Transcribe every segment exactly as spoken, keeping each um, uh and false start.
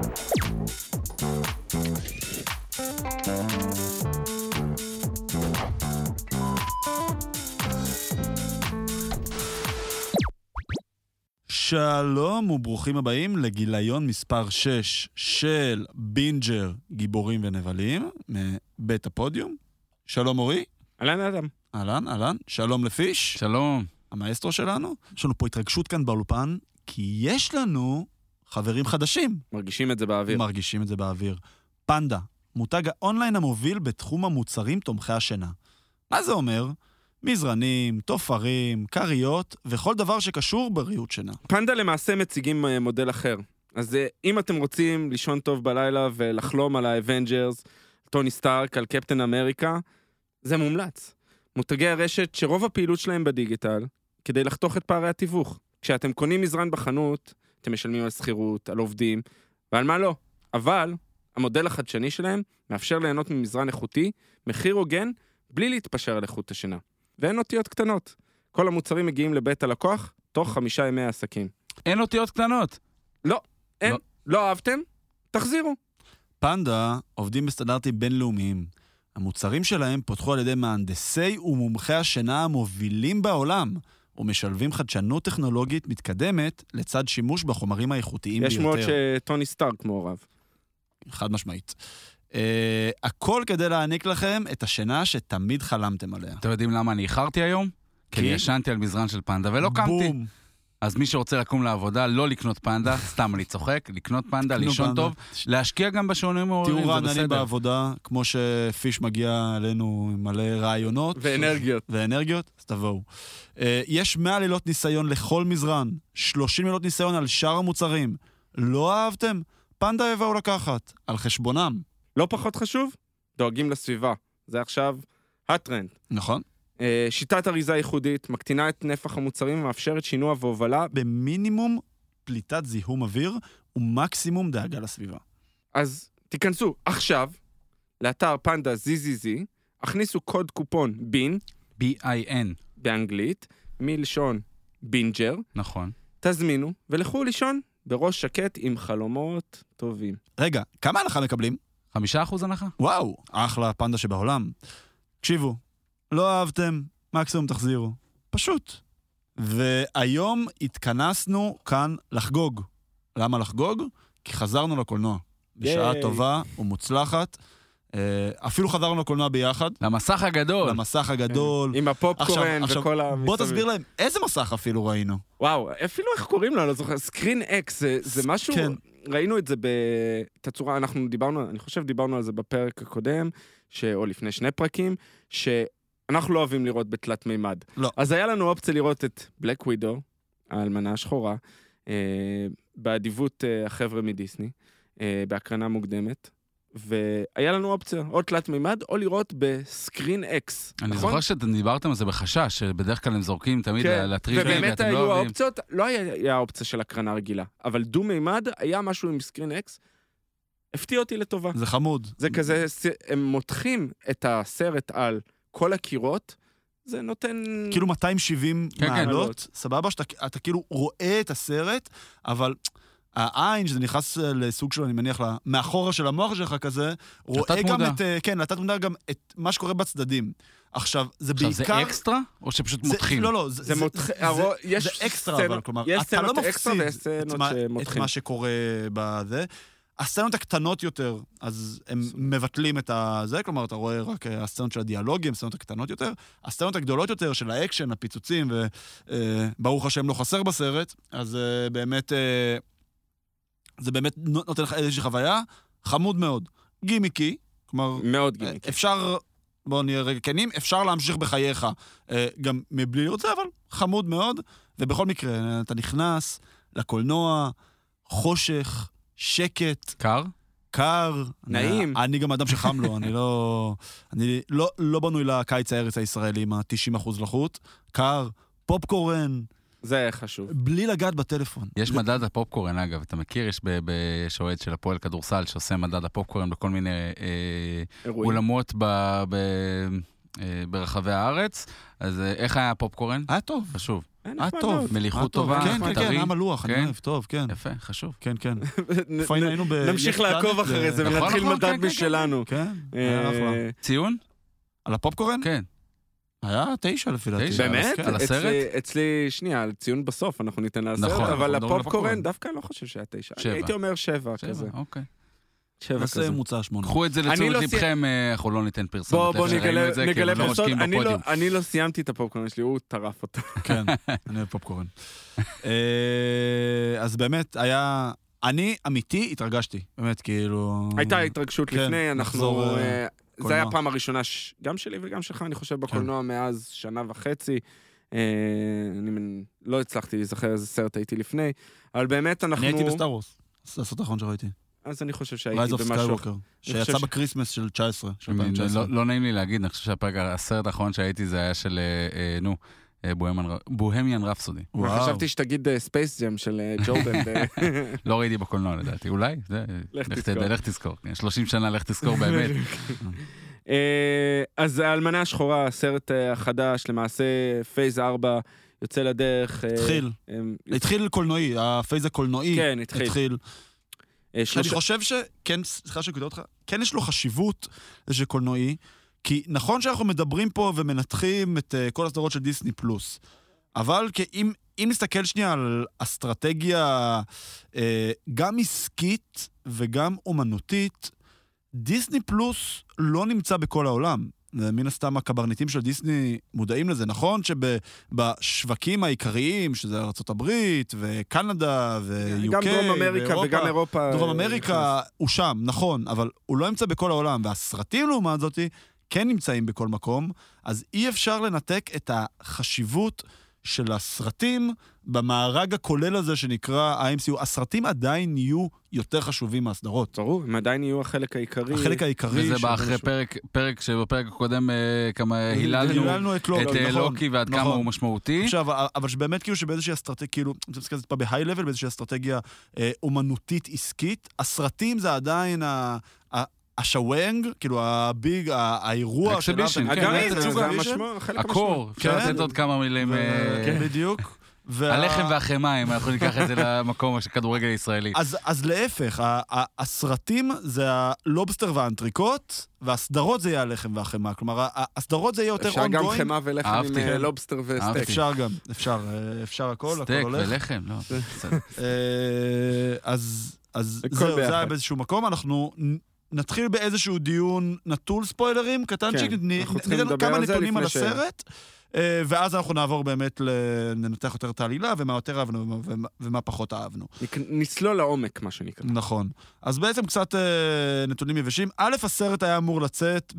שלום וברוכים הבאים לגיליון מספר שש של בינג'ר גיבורים ונבלים מבית הפודיום. שלום אורי. אהלן אדם. אהלן, אהלן. שלום לפיש. שלום. המאסטרו שלנו. יש לנו פה התרגשות כאן באולפן, כי יש לנו חברים חדשים. מרגישים את זה באוויר. מרגישים את זה באוויר. פנדה, מותג האונליין המוביל בתחום המוצרים תומכי השינה. מה זה אומר? מזרנים, תופרים, קריות, וכל דבר שקשור בריאות שינה. פנדה למעשה מציגים מודל אחר. אז אם אתם רוצים לישון טוב בלילה ולחלום על האבנג'רס, טוני סטארק, על קפטן אמריקה, זה מומלץ. מותגי הרשת שרוב הפעילות שלהם בדיגיטל, כדי לחתוך את פערי התיווך. כשאתם קונים מזרן בחנות, אתם משלמים על שכירות, על עובדים, ועל מה לא. אבל המודל החדשני שלהם מאפשר ליהנות ממזרן איכותי, מחיר הוגן, בלי להתפשר על איכות השינה. ואין אותיות קטנות. כל המוצרים מגיעים לבית הלקוח, תוך חמישה ימי העסקים. אין אותיות קטנות? לא, אין. לא, לא אהבתם? תחזירו. פנדה עובדים בסטנדרטים בינלאומיים. המוצרים שלהם פותחו על ידי מהנדסי ומומחי השינה המובילים בעולם, ומשלבים חדשנות טכנולוגית מתקדמת לצד שימוש בחומרים האיכותיים יש ביותר. יש מאוד שטוני סטארק מעורב. חד משמעית. Uh, הכל כדי להעניק לכם את השינה שתמיד חלמתם עליה. אתם יודעים למה אני איחרתי היום? כי אני ישנתי על מזרן של פנדה ולא קמתי. בום. אז מי שרוצה לקום לעבודה, לא לקנות פנדה, סתם אני צוחק, לקנות פנדה, לישון טוב, להשקיע גם בשעונים מעורבים, תראו רעננים בעבודה, כמו שפיש מגיע אלינו עם מלא רעיונות. ואנרגיות. ואנרגיות, אז תבואו. Uh, יש מאה לילות ניסיון לכל מזרן, שלושים לילות ניסיון על שאר המוצרים. לא אהבתם? פנדה יבואו לקחת, על חשבונם. לא פחות חשוב, דואגים לסביבה. זה עכשיו הטרנד. נכון. שיטת אריזה ייחודית, מקטינה את נפח המוצרים ומאפשרת שינוע והובלה במינימום פליטת זיהום אוויר ומקסימום דאגה לסביבה. אז תיכנסו עכשיו לאתר פנדה זי זי זי, הכניסו קוד קופון בין, בי איי אן, באנגלית, מלשון בינג'ר. נכון. תזמינו ולכו לישון בראש שקט עם חלומות טובים. רגע, כמה הנחה מקבלים? חמישה אחוז הנחה? וואו, אחלה פנדה שבעולם. תקשיבו, לא אהבתם, מקסימום תחזירו. פשוט. והיום התכנסנו כאן לחגוג. למה לחגוג? כי חזרנו לקולנוע. בשעה טובה ומוצלחת. אפילו חזרנו לקולנוע ביחד. למסך הגדול. למסך הגדול. עם הפופקורן וכל המסביב. בוא תסביר להם, איזה מסך אפילו ראינו? וואו, אפילו איך קוראים לו, לא זוכר, סקרין אקס, זה, זה משהו, כן. ראינו את זה בתצורה, אנחנו דיברנו, אני חושב דיברנו על זה בפרק הקודם, ש, או לפני שני פרקים, שאנחנו לא אוהבים לראות בתלת מימד. לא. אז היה לנו אופציה לראות את בלק ווידו, האלמנה השחורה, אה, באדיבות אה, החבר'ה מדיסני, אה, בהקרנה מוקדמת, והיה לנו אופציה, או תלת מימד, או לראות בסקרין אקס. אני זוכר שאתם דיברתם על זה בחשש, שבדרך כלל הם זורקים תמיד לטריוויה, ובאמת היו האופציות, לא היה האופציה של הקרנה רגילה, אבל דו מימד היה משהו עם סקרין אקס, הפתיע אותי לטובה. זה חמוד. זה כזה, הם מותחים את הסרט על כל הקירות, זה נותן... כאילו מאתיים שבעים מעלות, סבבה, שאתה כאילו רואה את הסרט, אבל... העין, שזה נכנס לסוג שלו, אני מניח, מאחורה של המוח שלך כזה, רואה גם את, כן, לתת מודע גם את מה שקורה בצדדים. עכשיו, זה בעיקר... עכשיו, זה אקסטרה? או שפשוט מותחים? לא, לא, זה אקסטרה, אבל כלומר, אתה לא מפסיד את מה שקורה בזה. הסצנות הקטנות יותר, אז הם מבטלים את זה, כלומר, אתה רואה רק הסצנות של הדיאלוגים, הסצנות הקטנות יותר, הסצנות הגדולות יותר של האקשן, הפיצוצים, וברוך השם לא חסר בסרט, אז באמת... זה באמת נותן לך איזושהי חוויה, חמוד מאוד. גימיקי, כלומר... מאוד גימיקי. אפשר, בואו נהיה רגע כנים, אפשר להמשיך בחייך, גם מבלי לראות זה, אבל חמוד מאוד, ובכל מקרה, אתה נכנס לקולנוע, חושך, שקט. קר? קר. נעים. אני, אני גם אדם שחם לו, אני לא... אני לא, לא בנוי לקיץ הארץ הישראלי עם ה-תשעים אחוז לחות. קר, פופקורן, זה חשוב. בלי לגעת בטלפון. יש מדד הפופקורן, אגב, אתה מכיר, יש בשועד של הפועל כדורסל, שעושה מדד הפופקורן בכל מיני אולמות ברחבי הארץ, אז איך היה הפופקורן? היה טוב. חשוב. אה, טוב. מליחות טובה. כן, כן, כן, היה מלוח, אני אוהב, טוב, כן. יפה, חשוב. כן, כן. נמשיך לעקוב אחרי זה ונתחיל מדד משלנו. כן, היה אחלה. ציון? על הפופקורן? כן. היה תשע לפי דעתי. באמת? על הסרט? אצלי, שנייה, על ציון בסוף אנחנו ניתן לסרט, אבל הפופקורן דווקא אני לא חושב שהיה תשע. הייתי אומר שבע כזה. שבע, אוקיי. נעשה מוצא שמונה. קחו את זה לתשומת לבכם, אנחנו לא ניתן פרסומת. בוא נגלה בסוד, אני לא סיימתי את הפופקורן שלי, הוא טרף אותו. כן, אני אוהב פופקורן. אז באמת היה, אני אמיתי התרגשתי, באמת כאילו... הייתה התרגשות לפני, אנחנו... זה היה הפעם הראשונה גם שלי וגם שלך, אני חושב בקולנוע מאז שנה וחצי. אני לא הצלחתי להיזכר איזה סרט הייתי לפני, אבל באמת אנחנו... אני הייתי בסטאר וורס, זה הסרט האחרון שראיתי. אז אני חושב שהייתי במשהו. שיצא בקריסמס של תשע עשרה. לא נעים לי להגיד, אני חושב שהסרט האחרון שהייתי זה היה של, נו, בוהמיאן רפסודי. חשבתי שתגיד ספייס ג'ם של ג'ורדן. לא ראיתי בקולנוע לדעתי, אולי? לך תזכור. שלושים שנה לך תזכור באמת. אז האלמנה השחורה, הסרט החדש, למעשה פייז ארבע, יוצא לדרך. התחיל. התחיל קולנועי, הפייז הקולנועי. כן, התחיל. אני חושב שכן, סליחה שקוטע אותך, כן יש לו חשיבות לזה קולנועי, כי נכון שאנחנו מדברים פה ומנתחים את כל הסדרות של דיסני פלוס, אבל אם, אם נסתכל שנייה על אסטרטגיה גם עסקית וגם אומנותית, דיסני פלוס לא נמצא בכל העולם. מן הסתם הקברניטים של דיסני מודעים לזה. נכון שבשווקים העיקריים, שזה ארצות הברית וקנדה ו-יו קיי, גם דרום אמריקה וגם אירופה. דרום אמריקה הוא שם, נכון, אבל הוא לא נמצא בכל העולם, והסרטים לעומת זאת כן נמצאים בכל מקום, אז אי אפשר לנתק את החשיבות של הסרטים במארג הכולל הזה שנקרא ה-אם סי יו. הסרטים עדיין יהיו יותר חשובים מהסדרות. ברור, הם עדיין יהיו החלק העיקרי. החלק העיקרי. וזה בא אחרי פרק, פרק שבפרק הקודם כמה היללנו את לוקי ועד כמה הוא משמעותי. עכשיו, אבל שבאמת כאילו שבאיזושהי אסטרטגיה, כאילו, אני רוצה לזכת פה בהיי לבל, באיזושהי אסטרטגיה אומנותית עסקית, הסרטים זה עדיין ה... השוואנג, כאילו הביג, האירוע שלנו. זה המשמעות, הקור, אפשר לתת עוד כמה מילים. בדיוק. הלחם והחמאה, אם אנחנו ניקח את זה למקום של כדורגל ישראלי. אז להפך, הסרטים זה הלובסטר והאנטריקוט, והסדרות זה יהיה הלחם והחמאה. כלומר, הסדרות זה יהיה יותר אפשר גם חמאה ולחם עם לובסטר וסטייק. אפשר גם, אפשר, אפשר הכל, הכל הולך. סטייק ולחם, לא. אז זהו, זה היה באיזשהו מקום, אנחנו... נתחיל באיזשהו דיון נטול ספוילרים, קטנצ'יק, ניתן כמה נתונים על הסרט, ואז אנחנו נעבור באמת לנתח יותר את העלילה, ומה יותר אהבנו ומה פחות אהבנו. נסלול לעומק, מה שנקרא. נכון. אז בעצם קצת נתונים יבשים. א', הסרט היה אמור לצאת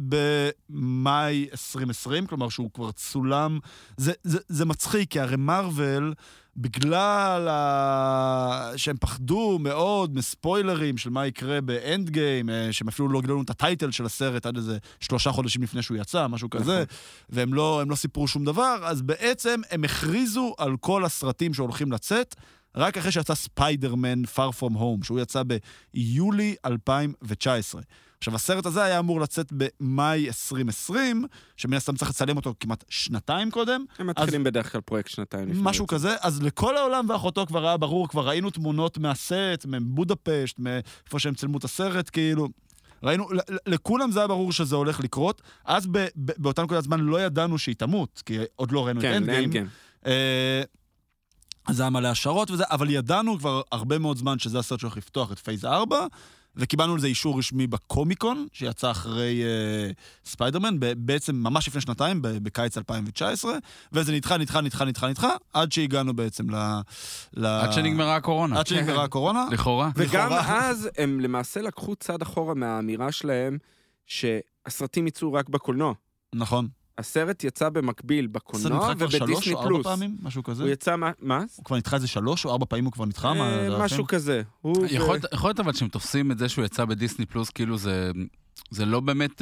במאי עשרים עשרים, כלומר שהוא כבר צולם. זה מצחיק, כי הרי מרוול... בגלל ה... שהם פחדו מאוד מספוילרים של מה יקרה באנד גיים, שהם אפילו לא גילו לנו את הטייטל של הסרט עד איזה שלושה חודשים לפני שהוא יצא, משהו כזה, והם לא, הם לא סיפרו שום דבר, אז בעצם הם הכריזו על כל הסרטים שהולכים לצאת, רק אחרי שיצא ספיידרמן Far From Home, שהוא יצא ביולי אלפיים תשע עשרה. עכשיו, הסרט הזה היה אמור לצאת במאי עשרים עשרים, שמן הסתם צריך לצלם אותו כמעט שנתיים קודם. הם מתחילים אז, בדרך כלל פרויקט שנתיים לפני. משהו כזה, אז לכל העולם ואחותו כבר היה ברור, כבר ראינו תמונות מהסט, מבודפשט, מאיפה שהם צלמו את הסרט, כאילו, ראינו, לכולם זה היה ברור שזה הולך לקרות, אז ב, ב, באותה נקודת זמן לא ידענו שהיא תמות, כי עוד לא ראינו כן, את אנד גיים. אה, אז זה היה מלא השערות וזה, אבל ידענו כבר הרבה מאוד זמן שזה הסרט שהולך לפתוח את פייז ארבע, וקיבלנו לזה אישור רשמי בקומיקון, שיצא אחרי uh, ספיידרמן, בעצם ממש לפני שנתיים, בקיץ אלפיים תשע עשרה, וזה נדחה, נדחה, נדחה, נדחה, נדחה, עד שהגענו בעצם ל... ל... עד שנגמרה הקורונה. עד שנגמרה הקורונה. לכאורה. וגם אז הם למעשה לקחו צד אחורה מהאמירה שלהם, שהסרטים יצאו רק בקולנוע. נכון. הסרט יצא במקביל בקולנוע ובדיסני פלוס. זה נדחה כבר שלוש או ארבע פעמים? משהו כזה? הוא יצא, מה? הוא כבר נדחה איזה שלוש או ארבע פעמים, הוא כבר נדחה? משהו כזה. יכול להיות אבל שהם תופסים את זה שהוא יצא בדיסני פלוס, כאילו זה לא באמת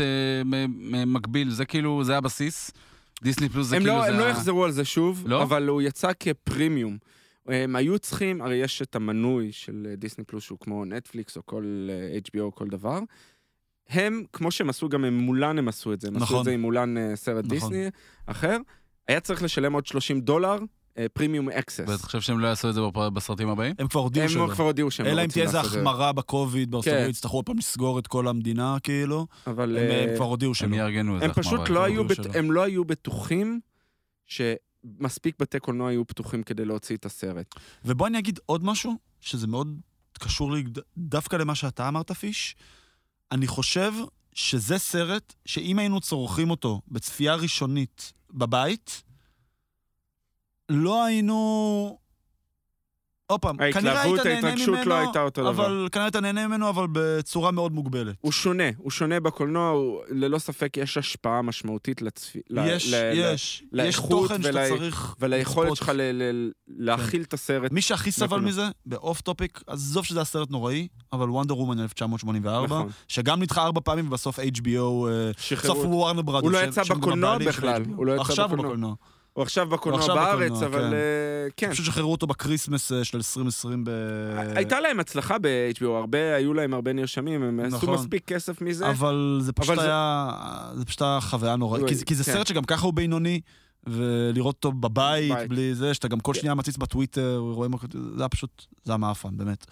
מקביל, זה כאילו, זה הבסיס. דיסני פלוס זה כאילו זה... הם לא יחזרו על זה שוב, אבל הוא יצא כפרימיום. הם היו צריכים, הרי יש את המנוי של דיסני פלוס, שהוא כמו נטפליקס או כל אייץ' בי או או כל דבר, הם, כמו שהם עשו, גם עם מולן הם עשו את זה. הם נכון. עשו את זה עם מולן סרט נכון. דיסני אחר. היה צריך לשלם עוד שלושים דולר פרימיום אקסס. ואתה חושב שהם לא יעשו את זה בסרטים הבאים? הם כבר הודיעו שלא. הם כבר הודיעו שהם לא אלא אם רוצים תהיה איזה החמרה בקוביד, בארצות הברית, יצטרכו פעם לסגור את כל המדינה, כאילו. אבל... הם כבר הודיעו שלא. הם יארגנו איזה החמרה. הם פשוט לא היו, הם לא היו בטוחים שמספיק בתי קולנוע היו פתוחים כדי להוציא את הסרט. ובוא אני אגיד עוד משהו, שזה מאוד קשור לי דווקא למה שאתה אמרת, פיש. אני חושב שזה סרט שאם היינו צורכים אותו בצפייה ראשונית בבית, לא היינו... עוד פעם, כנראה היית נהנה ממנו, לא הייתה אותו אבל דבר. כנראה היית נהנה ממנו, אבל בצורה מאוד מוגבלת. הוא שונה, הוא שונה בקולנוע, הוא, ללא ספק יש השפעה משמעותית לצפי... יש, ל, יש. ל, יש תוכן שאתה צריך... וליכולת שלך ל, ל, להכיל כן. את הסרט. מי שהכי סבל מזה, באוף טופיק, עזוב שזה הסרט נוראי, אבל וונדר וומן אלף תשע מאות שמונים וארבע, נכון. שגם נדחה ארבע פעמים, ובסוף אייץ' בי או, בסוף וורנר ברדרס. הוא לא יצא בקולנוע בכלל. עכשיו הוא בקולנוע. הוא עכשיו בקולנוע בארץ, אבל כן. אני חושב שחררו אותו בקריסמס של עשרים עשרים ב... הייתה להם הצלחה ב-אייץ' בי או, הרבה, היו להם הרבה נרשמים, הם עשו מספיק כסף מזה. אבל זה פשוט היה, זה פשוט היה חוויה נוראית, כי זה סרט שגם ככה הוא בינוני, ולראות אותו בבית, בלי זה, שאתה גם כל שנייה מציץ בטוויטר, רואים, זה היה פשוט, זה היה מאפן, באמת.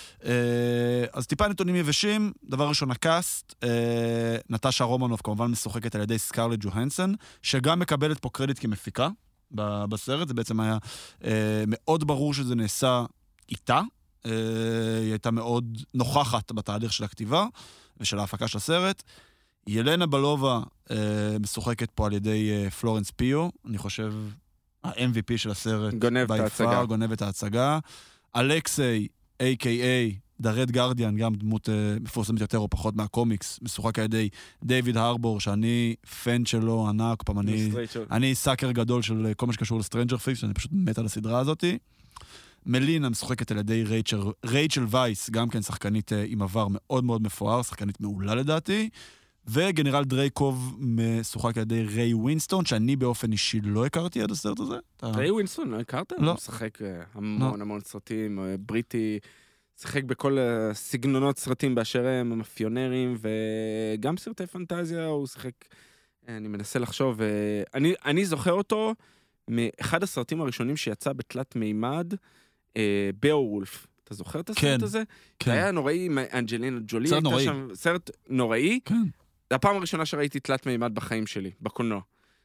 אז טיפה נתונים יבשים, דבר ראשון הקאסט, נטשה רומנוב כמובן משוחקת על ידי סקרלט ג'והנסון, שגם מקבלת פה קרדיט כמפיקה בסרט, זה בעצם היה מאוד ברור שזה נעשה איתה, היא הייתה מאוד נוכחת בתהליך של הכתיבה ושל ההפקה של הסרט. ילנה בלובה משוחקת פה על ידי פלורנס פיו, אני חושב ה-אם וי פי של הסרט, גונב את ההצגה. גונב את ההצגה. אלכסיי איי קיי איי, The Red Guardian, גם דמות uh, מפורסמת יותר או פחות מהקומיקס, משוחק על ידי דיוויד הרבור, שאני פן שלו ענק, פעם אני, אני סאקר גדול של כל מה שקשור לסטרנג'ר פיקס, שאני פשוט מת על הסדרה הזאת. מלינה משוחקת על ידי רייצ'ל, רייצ'ל וייס, גם כן שחקנית uh, עם עבר מאוד מאוד מפואר, שחקנית מעולה לדעתי, וגנרל דרייקוב משוחק על ידי ריי ווינסטון, שאני באופן אישי לא הכרתי עד הסרט הזה. ריי ווינסטון, לא הכרת? לא. הוא משחק המון המון סרטים, בריטי, משחק בכל סגנונות סרטים באשר הם, המאפיונרים, וגם סרטי פנטזיה, הוא משחק, אני מנסה לחשוב, אני, אני זוכר אותו מאחד הסרטים הראשונים שיצא בתלת מימד, באורולף. אתה זוכר את הסרט כן, הזה? כן. זה היה נוראי עם אנג'לינה ג'ולי. סרט נוראי. שם, סרט נוראי. כן. זה הפעם הראשונה שראיתי תלת מימד בחיים שלי, בקולנוע.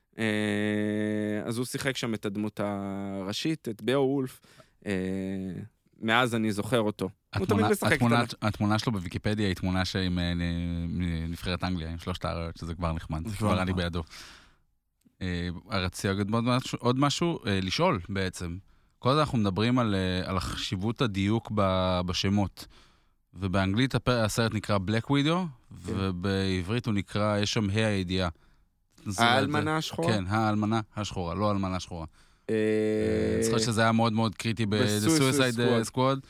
אז הוא שיחק שם את הדמות הראשית, את באורולף. מאז אני זוכר אותו. הוא תמיד משחק התמונה, התמונה שלו בוויקיפדיה היא תמונה עם נבחרת אנגליה, עם שלושת האריות, שזה כבר נחמד. זה כבר אני בידו. רציתי עוד משהו, לשאול בעצם. כל זה אנחנו מדברים על, על חשיבות הדיוק בשמות. ובאנגלית הסרט נקרא Black Widow, ובעברית הוא נקרא, יש שם ה' הידיעה. האלמנה השחורה? כן, האלמנה השחורה, לא האלמנה השחורה. זוכר שזה היה מאוד מאוד קריטי ב-Suicide Squad.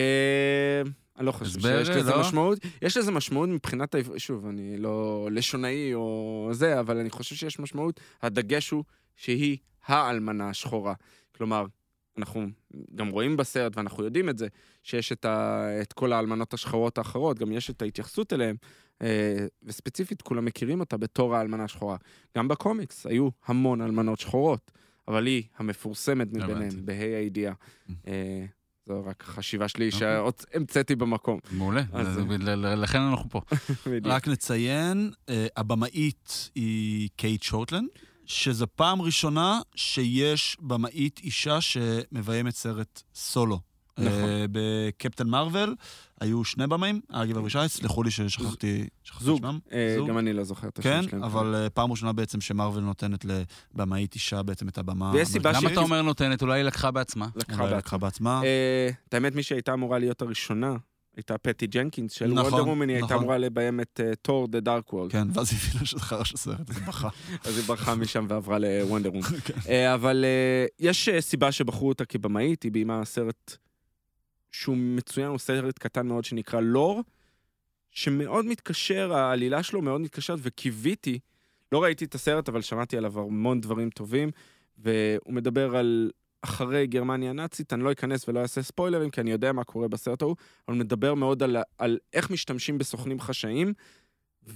אני לא חושב שיש לזה משמעות. יש לזה משמעות מבחינת, שוב, אני לא לשונאי או זה, אבל אני חושב שיש משמעות. הדגש הוא שהיא האלמנה השחורה. כלומר, אנחנו גם רואים בסרט, ואנחנו יודעים את זה, שיש את, ה, את כל האלמנות השחורות האחרות, גם יש את ההתייחסות אליהן, וספציפית כולם מכירים אותה בתור האלמנה השחורה. גם בקומיקס היו המון אלמנות שחורות, אבל היא המפורסמת מביניהן, בה"א הידיעה. זו רק חשיבה שלי שהמצאתי במקום. מעולה, לכן אנחנו פה. רק נציין, הבמאית היא קייט שורטלנד, שזו פעם ראשונה שיש במאית אישה שמביימת סרט סולו. נכון. בקפטן מרוול היו שני במאים, אגב אבישי, סלחו לי ששכחתי זוג, גם אני לא זוכר את השם שלהם. כן, אבל פעם ראשונה בעצם שמרוול נותנת לבמאית אישה בעצם את הבמה. למה אתה אומר נותנת? אולי היא לקחה בעצמה. אולי לקחה בעצמה. את האמת, מי שהייתה אמורה להיות הראשונה, הייתה פטי ג'נקינס של וונדר וומן, היא הייתה אמורה לביים את תור דה דארק וורלד. כן, ואז היא הבינה שזה חרש הסרט, אז היא ברחה. אז היא ברחה משם ועברה לוונדר וומן. אבל יש סיבה שבחרו אותה כבמאית, היא ביימה סרט שהוא מצוין, הוא סרט קטן מאוד שנקרא לור, שמאוד מתקשר, העלילה שלו מאוד מתקשרת, וקיוויתי, לא ראיתי את הסרט, אבל שמעתי עליו המון דברים טובים, והוא מדבר על אחרי גרמניה הנאצית, אני לא אכנס ולא אעשה ספוילרים, כי אני יודע מה קורה בסרט ההוא, אבל מדבר מאוד על, על איך משתמשים בסוכנים חשאיים,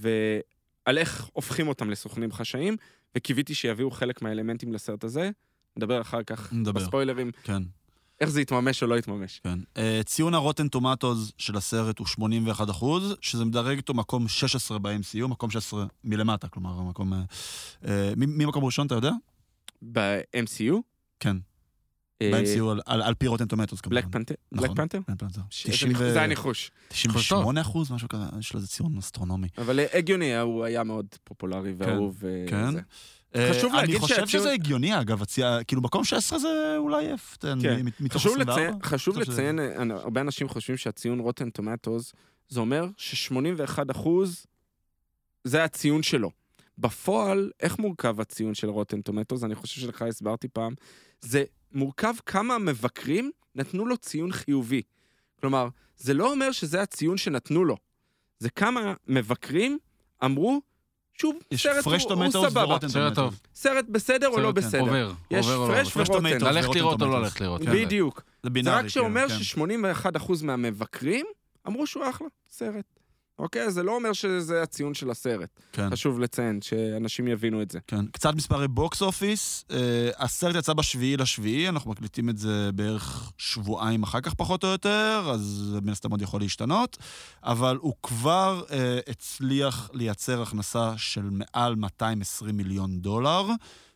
ועל איך הופכים אותם לסוכנים חשאיים, וקיוויתי שיביאו חלק מהאלמנטים לסרט הזה, נדבר אחר כך, נדבר. בספוילרים, כן. איך זה יתממש או לא יתממש. כן. Uh, ציון הרוטן טומטוז של הסרט הוא שמונים ואחד אחוז, שזה מדרג אותו מקום שש עשרה ב-אם סי יו, מקום שש עשרה מלמטה, כלומר, מקום... Uh, uh, מי, מי מקום ראשון, אתה יודע? ב-אם סי יו? כן. ב-אם סי יו על, על, על פי רוטן טומטוז. בלק פנתר? נכון. בלק פנתר? בלק פנתר. זה היה ניחוש. תשעים ושמונה אחוז, משהו כזה, יש לו איזה ציון אסטרונומי. אבל הגיוני, הוא היה מאוד פופולרי ואהוב. כן. חשוב להגיד אני חושב שזה הגיוני, אגב, כאילו מקום שש עשרה זה אולי אף, מתוך עשרים וארבע. חשוב לציין, הרבה אנשים חושבים שהציון רוטן טומטוז, זה אומר ש-שמונים ואחד אחוז זה הציון שלו. בפועל, איך מורכב הציון של רוטן טומטוז? אני חושב שלך הסברתי פעם, זה מורכב כמה מבקרים נתנו לו ציון חיובי. כלומר, זה לא אומר שזה הציון שנתנו לו. זה כמה מבקרים אמרו, שוב, סרט הוא סבבה. סרט טוב. סרט בסדר או לא בסדר. עובר. יש פרש ורוטן. ללכת לראות או לא ללכת לראות. בדיוק. זה רק שאומר ש-שמונים ואחד אחוז מהמבקרים אמרו שהוא אחלה סרט. אוקיי? זה לא אומר שזה הציון של הסרט. חשוב לציין שאנשים יבינו את זה. כן. קצת מספרי בוקס אופיס. הסרט יצא בשביעי לשביעי, אנחנו מקליטים את זה בערך שבועיים אחר כך פחות או יותר, אז מן הסתם עוד יכול להשתנות, אבל הוא כבר הצליח לייצר הכנסה של מעל מאתיים ועשרים מיליון דולר,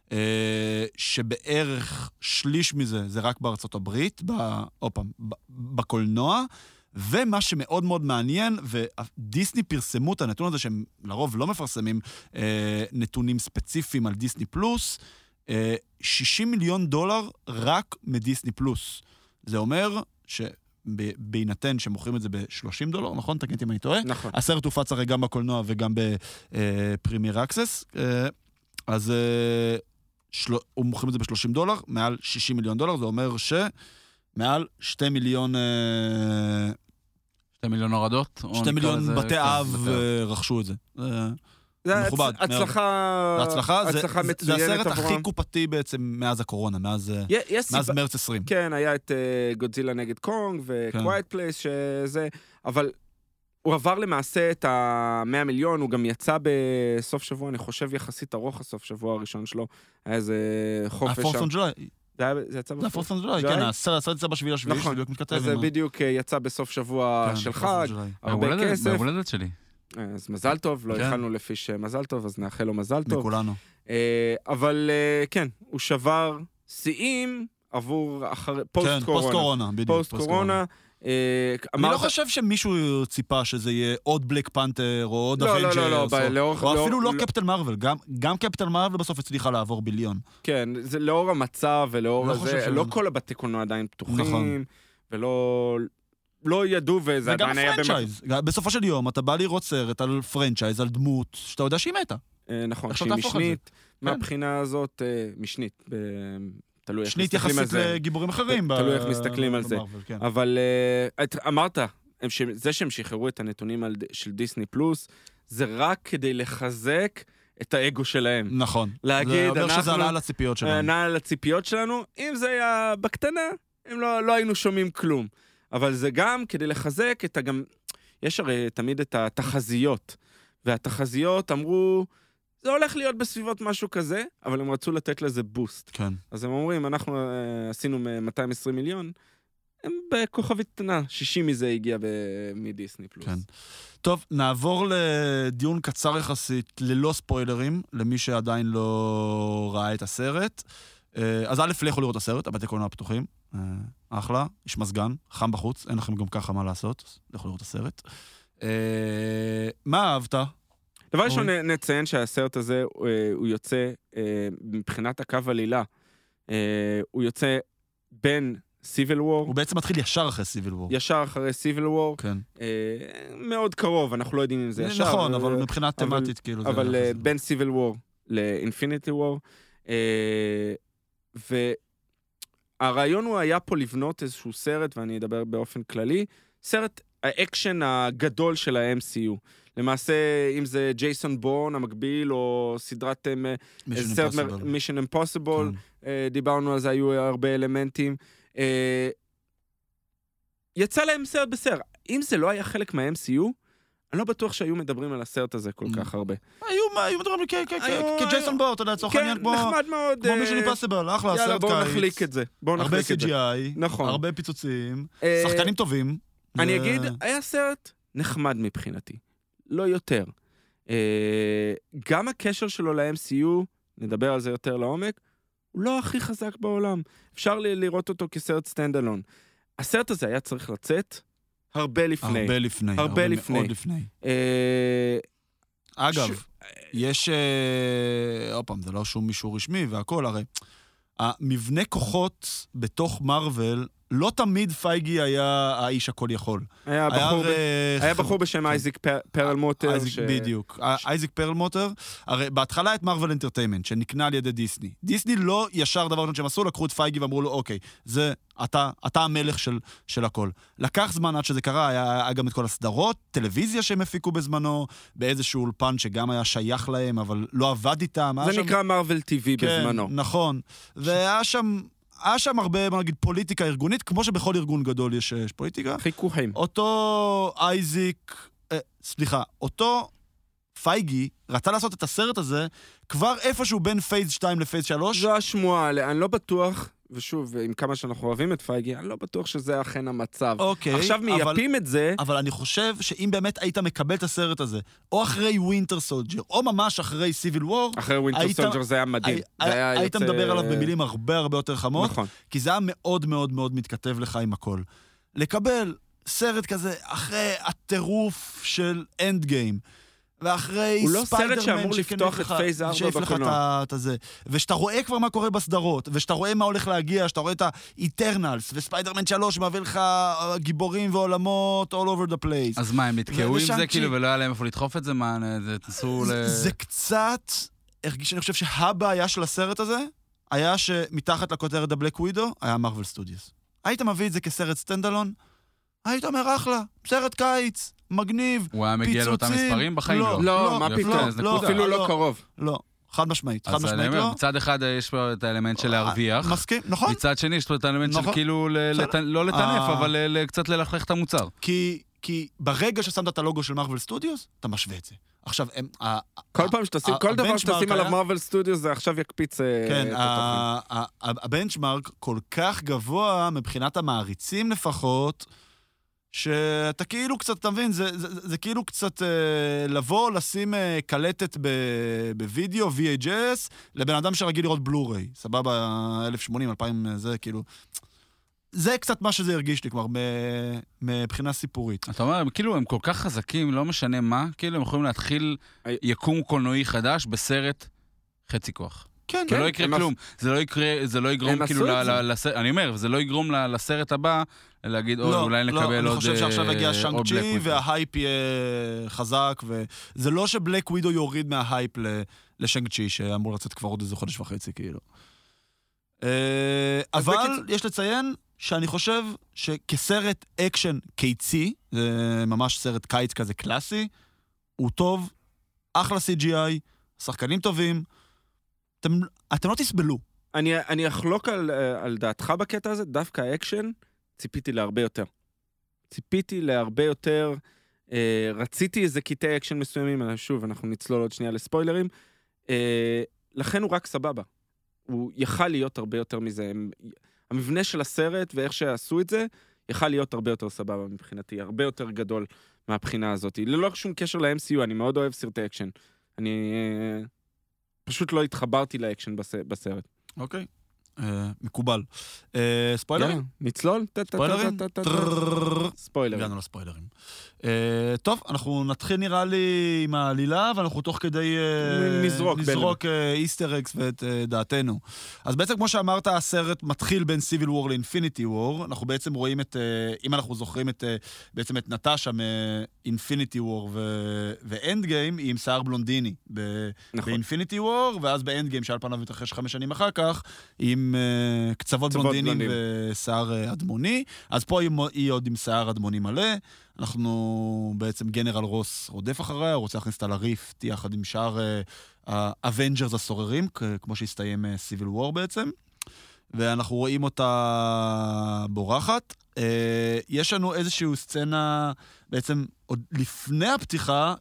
שבערך שליש מזה זה רק בארצות הברית, בקולנוע, ומה שמאוד מאוד מעניין, ודיסני פרסמו את הנתון הזה, שהם לרוב לא מפרסמים אה, נתונים ספציפיים על דיסני פלוס, אה, שישים מיליון דולר רק מדיסני פלוס. זה אומר שבהינתן שמוכרים את זה ב-שלושים דולר, נכון? תקן אותי אם אני טועה? נכון. הסרט הופץ הרי גם בקולנוע וגם בפרימייר אקסס, אה, אז אה, של... הוא מוכרים את זה ב-שלושים דולר, מעל שישים מיליון דולר, זה אומר ש... מעל שתי מיליון... שתי מיליון הורדות? שתי מיליון בתי אב רכשו את זה. זה מכובד. הצלחה... הצלחה מצוינת. זה הסרט הכי קופתי בעצם מאז הקורונה, מאז מרץ עשרים. כן, היה את גודזילה נגד קונג וקווייט פלייס, שזה... אבל הוא עבר למעשה את ה-מאה מיליון, הוא גם יצא בסוף שבוע, אני חושב יחסית ארוך הסוף שבוע הראשון שלו, היה איזה חופש... הפורס און ג'ולי. זה יצא בסוף שבוע, כן, הסרט יצא בשביל השביעי, שבדיוק מתכתב. אז זה בדיוק יצא בסוף שבוע של חג, הרבה כסף. בהולדת שלי. אז מזל טוב, לא הכנו לפי שמזל טוב, אז נאחל לו מזל טוב. מכולנו. אבל כן, הוא שבר שיאים עבור פוסט קורונה. פוסט קורונה, בדיוק. פוסט קורונה. אני לא חושב שמישהו ציפה שזה יהיה עוד בלק פנתר, או עוד אבנג'רס, או אפילו לא קפטן מרוויל, גם קפטן מרוויל בסוף הצליחה לעבור ביליון. כן, זה לאור המצב ולאור הזה, לא כל הבתי קולנוע עדיין פתוחים, ולא לא ידעו, וזה עדיין היה... וגם פרנצ'ייז, בסופו של יום אתה בא לראות סרט על פרנצ'ייז, על דמות, שאתה יודע שהיא מתה. נכון, שהיא משנית, מהבחינה הזאת משנית, שנית יחסית לגיבורים אחרים. תלוי איך מסתכלים על זה. אבל אמרת, זה שהם שחררו את הנתונים של דיסני פלוס, זה רק כדי לחזק את האגו שלהם. נכון. להגיד, זה אומר שזה עלה על הציפיות שלנו. עלה על הציפיות שלנו, אם זה היה בקטנה, הם לא היינו שומעים כלום. אבל זה גם כדי לחזק את הגם... יש הרי תמיד את התחזיות, והתחזיות אמרו... זה הולך להיות בסביבות משהו כזה, אבל הם רצו לתת לזה בוסט. כן. אז הם אומרים, אנחנו uh, עשינו מאתיים ועשרים מיליון, הם בכוכבית קטנה, שישים מזה הגיע מדיסני פלוס. כן. טוב, נעבור לדיון קצר יחסית, ללא ספוילרים, למי שעדיין לא ראה את הסרט. Uh, אז א' לכו לראות את הסרט, הבתי קולנוע פתוחים. Uh, אחלה, יש מזגן, חם בחוץ, אין לכם גם ככה מה לעשות, לכו לראות את הסרט. Uh, מה אהבת? דבר ראשון נציין שהסרט הזה הוא יוצא מבחינת הקו עלילה, הוא יוצא בין סיביל וור. הוא בעצם מתחיל ישר אחרי סיביל וור. ישר אחרי סיביל וור. כן. מאוד קרוב, אנחנו לא יודעים אם זה ישר. נכון, אבל מבחינת תמטית כאילו. אבל בין סיביל וור לאינפיניטי וור. והרעיון הוא היה פה לבנות איזשהו סרט, ואני אדבר באופן כללי, סרט האקשן הגדול של ה-אם סי יו. למעשה, אם זה ג'ייסון בורן המקביל, או סדרת מישן אימפוסיבול, דיברנו על זה, היו הרבה אלמנטים. יצא להם סרט בסרט. אם זה לא היה חלק מה-אם סי יו, אני לא בטוח שהיו מדברים על הסרט הזה כל כך הרבה. היו מדברים כג'ייסון בור, אתה יודע, צורך העניין כמו מישן אימפסיבל, אחלה, סרט קיץ. יאללה, בואו נחליק את זה. הרבה סי ג'י איי, הרבה פיצוצים, שחקנים טובים. אני אגיד, היה סרט נחמד מבחינתי, לא יותר. גם הקשר שלו ל-אם סי יו, נדבר על זה יותר לעומק, הוא לא הכי חזק בעולם. אפשר לראות אותו כסרט סטנד-אלון. הסרט הזה היה צריך לצאת הרבה לפני. הרבה לפני. הרבה לפני. מאוד לפני. אגב, יש... עוד פעם, זה לא שום מישהו רשמי והכל, הרי המבנה כוחות בתוך מרוול, לא תמיד פייגי היה האיש הכל יכול. היה בחור, היה, ב... היה בחור בשם אייזיק פרלמוטר. אייזיק, ש... בדיוק. אייזיק פרלמוטר, הרי בהתחלה את מרוול אנטרטיימנט, שנקנה על ידי דיסני. דיסני לא ישר דבר ראשון שהם עשו, לקחו את פייגי ואמרו לו, אוקיי, זה, אתה, אתה המלך של, של הכל. לקח זמן עד שזה קרה, היה, היה גם את כל הסדרות, טלוויזיה שהם הפיקו בזמנו, באיזשהו אולפן שגם היה שייך להם, אבל לא עבד איתם. זה שם... נקרא מרוול טיווי כן, בזמנו. נכון. והיה שם... היה שם הרבה, מה נגיד, פוליטיקה ארגונית, כמו שבכל ארגון גדול יש, יש פוליטיקה. חיכוכים. אותו אייזיק, אה, סליחה, אותו פייגי רצה לעשות את הסרט הזה כבר איפשהו בין פייז שתיים לפייז שלוש. זו השמועה, אני לא בטוח, ושוב, עם כמה שאנחנו אוהבים את פייגי, אני לא בטוח שזה אכן המצב. אוקיי. עכשיו מייפים את זה. אבל אני חושב שאם באמת היית מקבל את הסרט הזה, או אחרי ווינטר סולג'ר, או ממש אחרי סיביל וור, אחרי ווינטר סולג'ר זה היה מדהים. היית מדבר עליו במילים הרבה הרבה יותר חמות, כי זה היה מאוד מאוד מאוד מתכתב לך עם הכל. לקבל סרט כזה אחרי הטירוף של אנד גיים, ואחרי הוא לא סרט שאמור לפתוח את פייז ארבע בקולנוע. ושאתה רואה כבר מה קורה בסדרות, ושאתה רואה מה הולך להגיע, שאתה רואה את האיטרנלס, וספיידרמן שלוש מביא לך גיבורים ועולמות all over the place. אז מה, הם נתקעו עם זה כאילו, ולא היה להם איפה לדחוף את זה? מה, זה תנסו ל... זה קצת, הרגיש, אני חושב שהבעיה של הסרט הזה, היה שמתחת לכותרת הבלק ווידו, היה מרוול סטודיוס. היית מביא את זה כסרט סטנדלון, היית אומר אחלה, סרט קיץ, מגניב, פיצוצים. הוא היה מגיע לאותם מספרים בחיים? לא, לא, מה פתאום? אפילו לא קרוב. לא, חד משמעית, חד משמעית לא. מצד אחד יש פה את האלמנט של להרוויח. מסכים, נכון. מצד שני יש פה את האלמנט של כאילו, לא לטנף, אבל קצת ללכלך את המוצר. כי ברגע ששמת את הלוגו של מרוול סטודיוס, אתה משווה את זה. עכשיו, כל פעם שתשים, כל דבר שתשים עליו מרוול סטודיוס, זה עכשיו יקפיץ כן, הבנצ'מרק כל כך גבוה, מבחינת המעריצים לפחות, שאתה כאילו קצת, אתה מבין, זה, זה, זה כאילו קצת אה, לבוא, לשים אה, קלטת ב, בווידאו, וי אייץ' אס, לבן אדם שרגיל לראות בלו-ריי, סבבה, אלף שמונים, אלפיים, זה כאילו... זה קצת מה שזה הרגיש לי כבר, מבחינה סיפורית. אתה אומר, כאילו הם כל כך חזקים, לא משנה מה, כאילו הם יכולים להתחיל יקום קולנועי חדש בסרט חצי כוח. כן, זה לא יקרה כלום, זה לא יקרה, זה לא יגרום כאילו לסרט, אני אומר, זה לא יגרום לסרט הבא, להגיד, אולי נקבל עוד... לא, אני חושב שעכשיו הגיע שאנג צ'י, וההייפ יהיה חזק, וזה לא שבלק ווידו יוריד מההייפ לשאנג צ'י, שאמור לצאת כבר עוד איזה חודש וחצי, כאילו. אבל יש לציין שאני חושב שכסרט אקשן קיצי, זה ממש סרט קיץ כזה קלאסי, הוא טוב, אחלה סי ג'י איי, שחקנים טובים, אתם, אתם לא תסבלו. אני, אני אחלוק על, על דעתך בקטע הזה, דווקא אקשן, ציפיתי להרבה יותר. ציפיתי להרבה יותר, אה, רציתי איזה קטעי אקשן מסוימים, שוב, אנחנו נצלול עוד שנייה לספוילרים, אה, לכן הוא רק סבבה. הוא יכל להיות הרבה יותר מזה. המבנה של הסרט ואיך שעשו את זה, יכל להיות הרבה יותר סבבה מבחינתי, הרבה יותר גדול מהבחינה הזאת. ללא שום קשר ל-אם סי יו, אני מאוד אוהב סרטי אקשן. אני אה, פשוט לא התחברתי לאקשן בסרט. אוקיי. מקובל. ספוילרים? נצלול? ספוילרים? ספוילרים. הגענו לספוילרים. טוב, אנחנו נתחיל נראה לי עם העלילה, ואנחנו תוך כדי נזרוק איסטר אקס ואת דעתנו. אז בעצם כמו שאמרת, הסרט מתחיל בין סיביל וור לאינפיניטי וור. אנחנו בעצם רואים את, אם אנחנו זוכרים את, בעצם את נטשה מאינפיניטי וור ואנד גיים, היא עם שיער בלונדיני באינפיניטי וור, ואז באנד גיים שעל פניו מתרחש חמש שנים אחר כך, עם uh, קצוות בלונדינים ושיער אדמוני. אז פה היא, היא עוד עם שיער אדמוני מלא. אנחנו בעצם גנרל רוס רודף אחריה, הוא רוצה להכניס אותה לריפט יחד עם שאר האבנג'רס uh, הסוררים, כמו שהסתיים סיביל uh, וור בעצם. ואנחנו רואים אותה בורחת. Uh, יש לנו איזושהי סצנה, בעצם עוד לפני הפתיחה,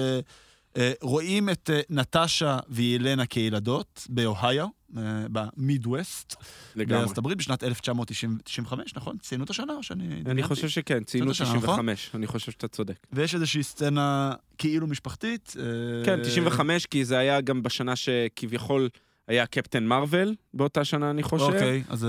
שרואים את נטשה וילנה כילדות באוהיו, במידווסט, בארצות הברית, בשנת אלף תשע מאות תשעים וחמש, נכון? ציינו את השנה או שאני... אני חושב שכן, ציינו תשעים וחמש, אני חושב שאתה צודק. ויש איזושהי סצנה כאילו משפחתית. כן, תשעים וחמש, כי זה היה גם בשנה שכביכול היה קפטן מרוול באותה שנה, אני חושב. אוקיי, אז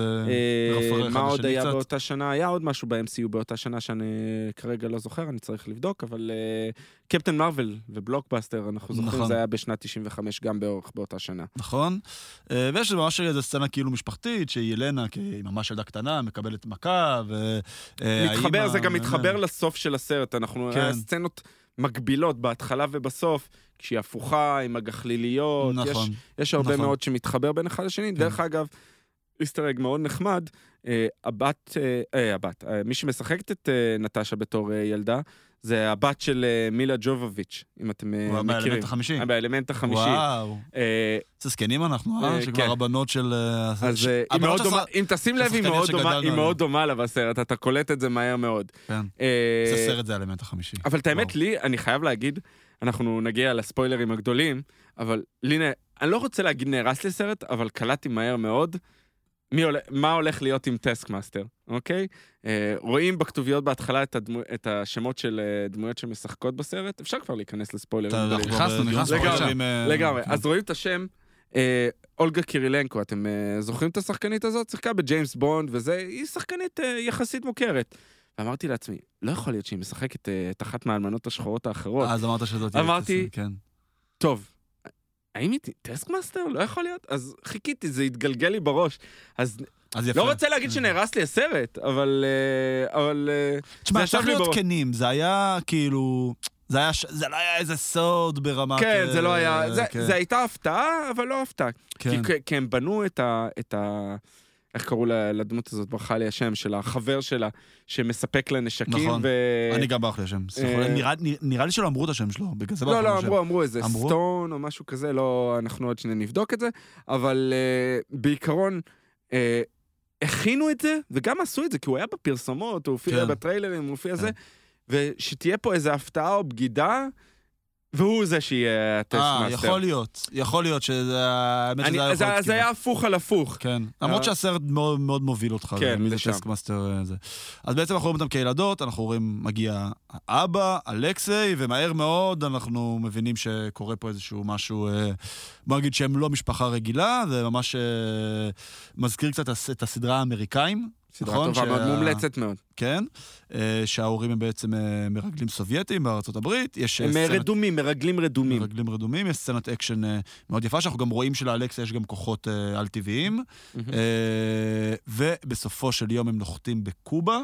מה עוד היה באותה שנה? היה עוד משהו ב-אם סי יו באותה שנה שאני כרגע לא זוכר, אני צריך לבדוק, אבל קפטן מרוול ובלוקבאסטר, אנחנו זוכרים, זה היה בשנת תשעים וחמש גם באורך באותה שנה. נכון. ויש ממש איזו סצנה כאילו משפחתית, שילנה, כי ממש ילדה קטנה, מקבלת מכה, ו... מתחבר, זה גם מתחבר לסוף של הסרט, אנחנו... סצנות מקבילות בהתחלה ובסוף, כשהיא הפוכה עם הגחליליות, נכון, יש, יש הרבה נכון. מאוד שמתחבר בין אחד לשני. כן. דרך אגב, איסטר-אג מאוד נחמד, אה, הבת, אה, הבת, אה, מי שמשחקת את אה, נטשה בתור אה, ילדה, זה הבת של אה, מילה ג'ובוביץ', אם אתם אה, מכירים. באלמנט החמישי. באלמנט החמישי. וואו. אה, זה סקנים אנחנו, אה? שכבר כן. הבנות של... אז ש... היא מאוד דומה, אם תשים לב, היא מאוד דומה, היא מאוד דומה לה בסרט, אתה קולט את זה מהר מאוד. כן, אה, זה סרט, זה האלמנט החמישי. אבל את האמת לי, אני חייב להגיד, אנחנו נגיע לספוילרים הגדולים, אבל לי, אני לא רוצה להגיד נהרס לי סרט, אבל קלטתי מהר מאוד, מי הולך, מה הולך להיות עם טסקמאסטר, אוקיי? אה, רואים בכתוביות בהתחלה את, הדמו, את השמות של דמויות שמשחקות בסרט, אפשר כבר להיכנס לספוילרים. נכנסנו, נכנסנו. לגמרי, אז רואים את השם, אה, אולגה קירילנקו, אתם אה, זוכרים את השחקנית הזאת? שיחקה בג'יימס בונד, וזה, היא שחקנית אה, יחסית מוכרת. ואמרתי לעצמי, לא יכול להיות שהיא משחקת אה, את אחת מהאלמנות השחורות האחרות. אז אמרת שזאת... אמרתי, כן. טוב, האם היא טסקמאסטר? לא יכול להיות? אז חיכיתי, זה התגלגל לי בראש. אז, אז לא רוצה להגיד שנהרס לי הסרט, אבל... אבל תשמע, צריך להיות כנים, זה היה כאילו... זה היה, זה לא היה איזה סוד ברמת... כן, זה לא היה... זה, כן. זה הייתה הפתעה, אבל לא הפתעה. כן. כי, כי הם בנו את ה... את ה איך קראו לדמות הזאת, ברכה לי השם של החבר שלה, שמספק לה נשקים. נכון, ו... אני גם ברח לי השם. נראה, נראה לי שלא אמרו את השם שלו, בגלל זה ברח לי השם. לא, לא, אמרו, אמרו איזה אמרו? סטון או משהו כזה, לא, אנחנו עוד שני נבדוק את זה, אבל uh, בעיקרון, uh, הכינו את זה, וגם עשו את זה, כי הוא היה בפרסומות, הוא הופיע כן. בטריילרים, הוא הופיע כן. זה, ושתהיה פה איזה הפתעה או בגידה, והוא זה שיהיה הטסטמאסטר. אה, יכול להיות. יכול להיות שזה... זה היה הפוך על הפוך. כן. למרות שהסרט מאוד מוביל אותך. כן, לשם. אז בעצם אנחנו רואים אותם כילדות, אנחנו רואים, מגיע האבא, אלכסי, ומהר מאוד אנחנו מבינים שקורה פה איזשהו משהו, בוא נגיד שהם לא משפחה רגילה, זה ממש מזכיר קצת את הסדרה האמריקאים. סדרה טובה, מאוד מומלצת מאוד. כן, שההורים הם בעצם מרגלים סובייטים בארצות הברית. הם רדומים, מרגלים רדומים. מרגלים רדומים, יש סצנת אקשן מאוד יפה, שאנחנו גם רואים שלאלכסה יש גם כוחות על-טבעיים, ובסופו של יום הם נוחתים בקובה.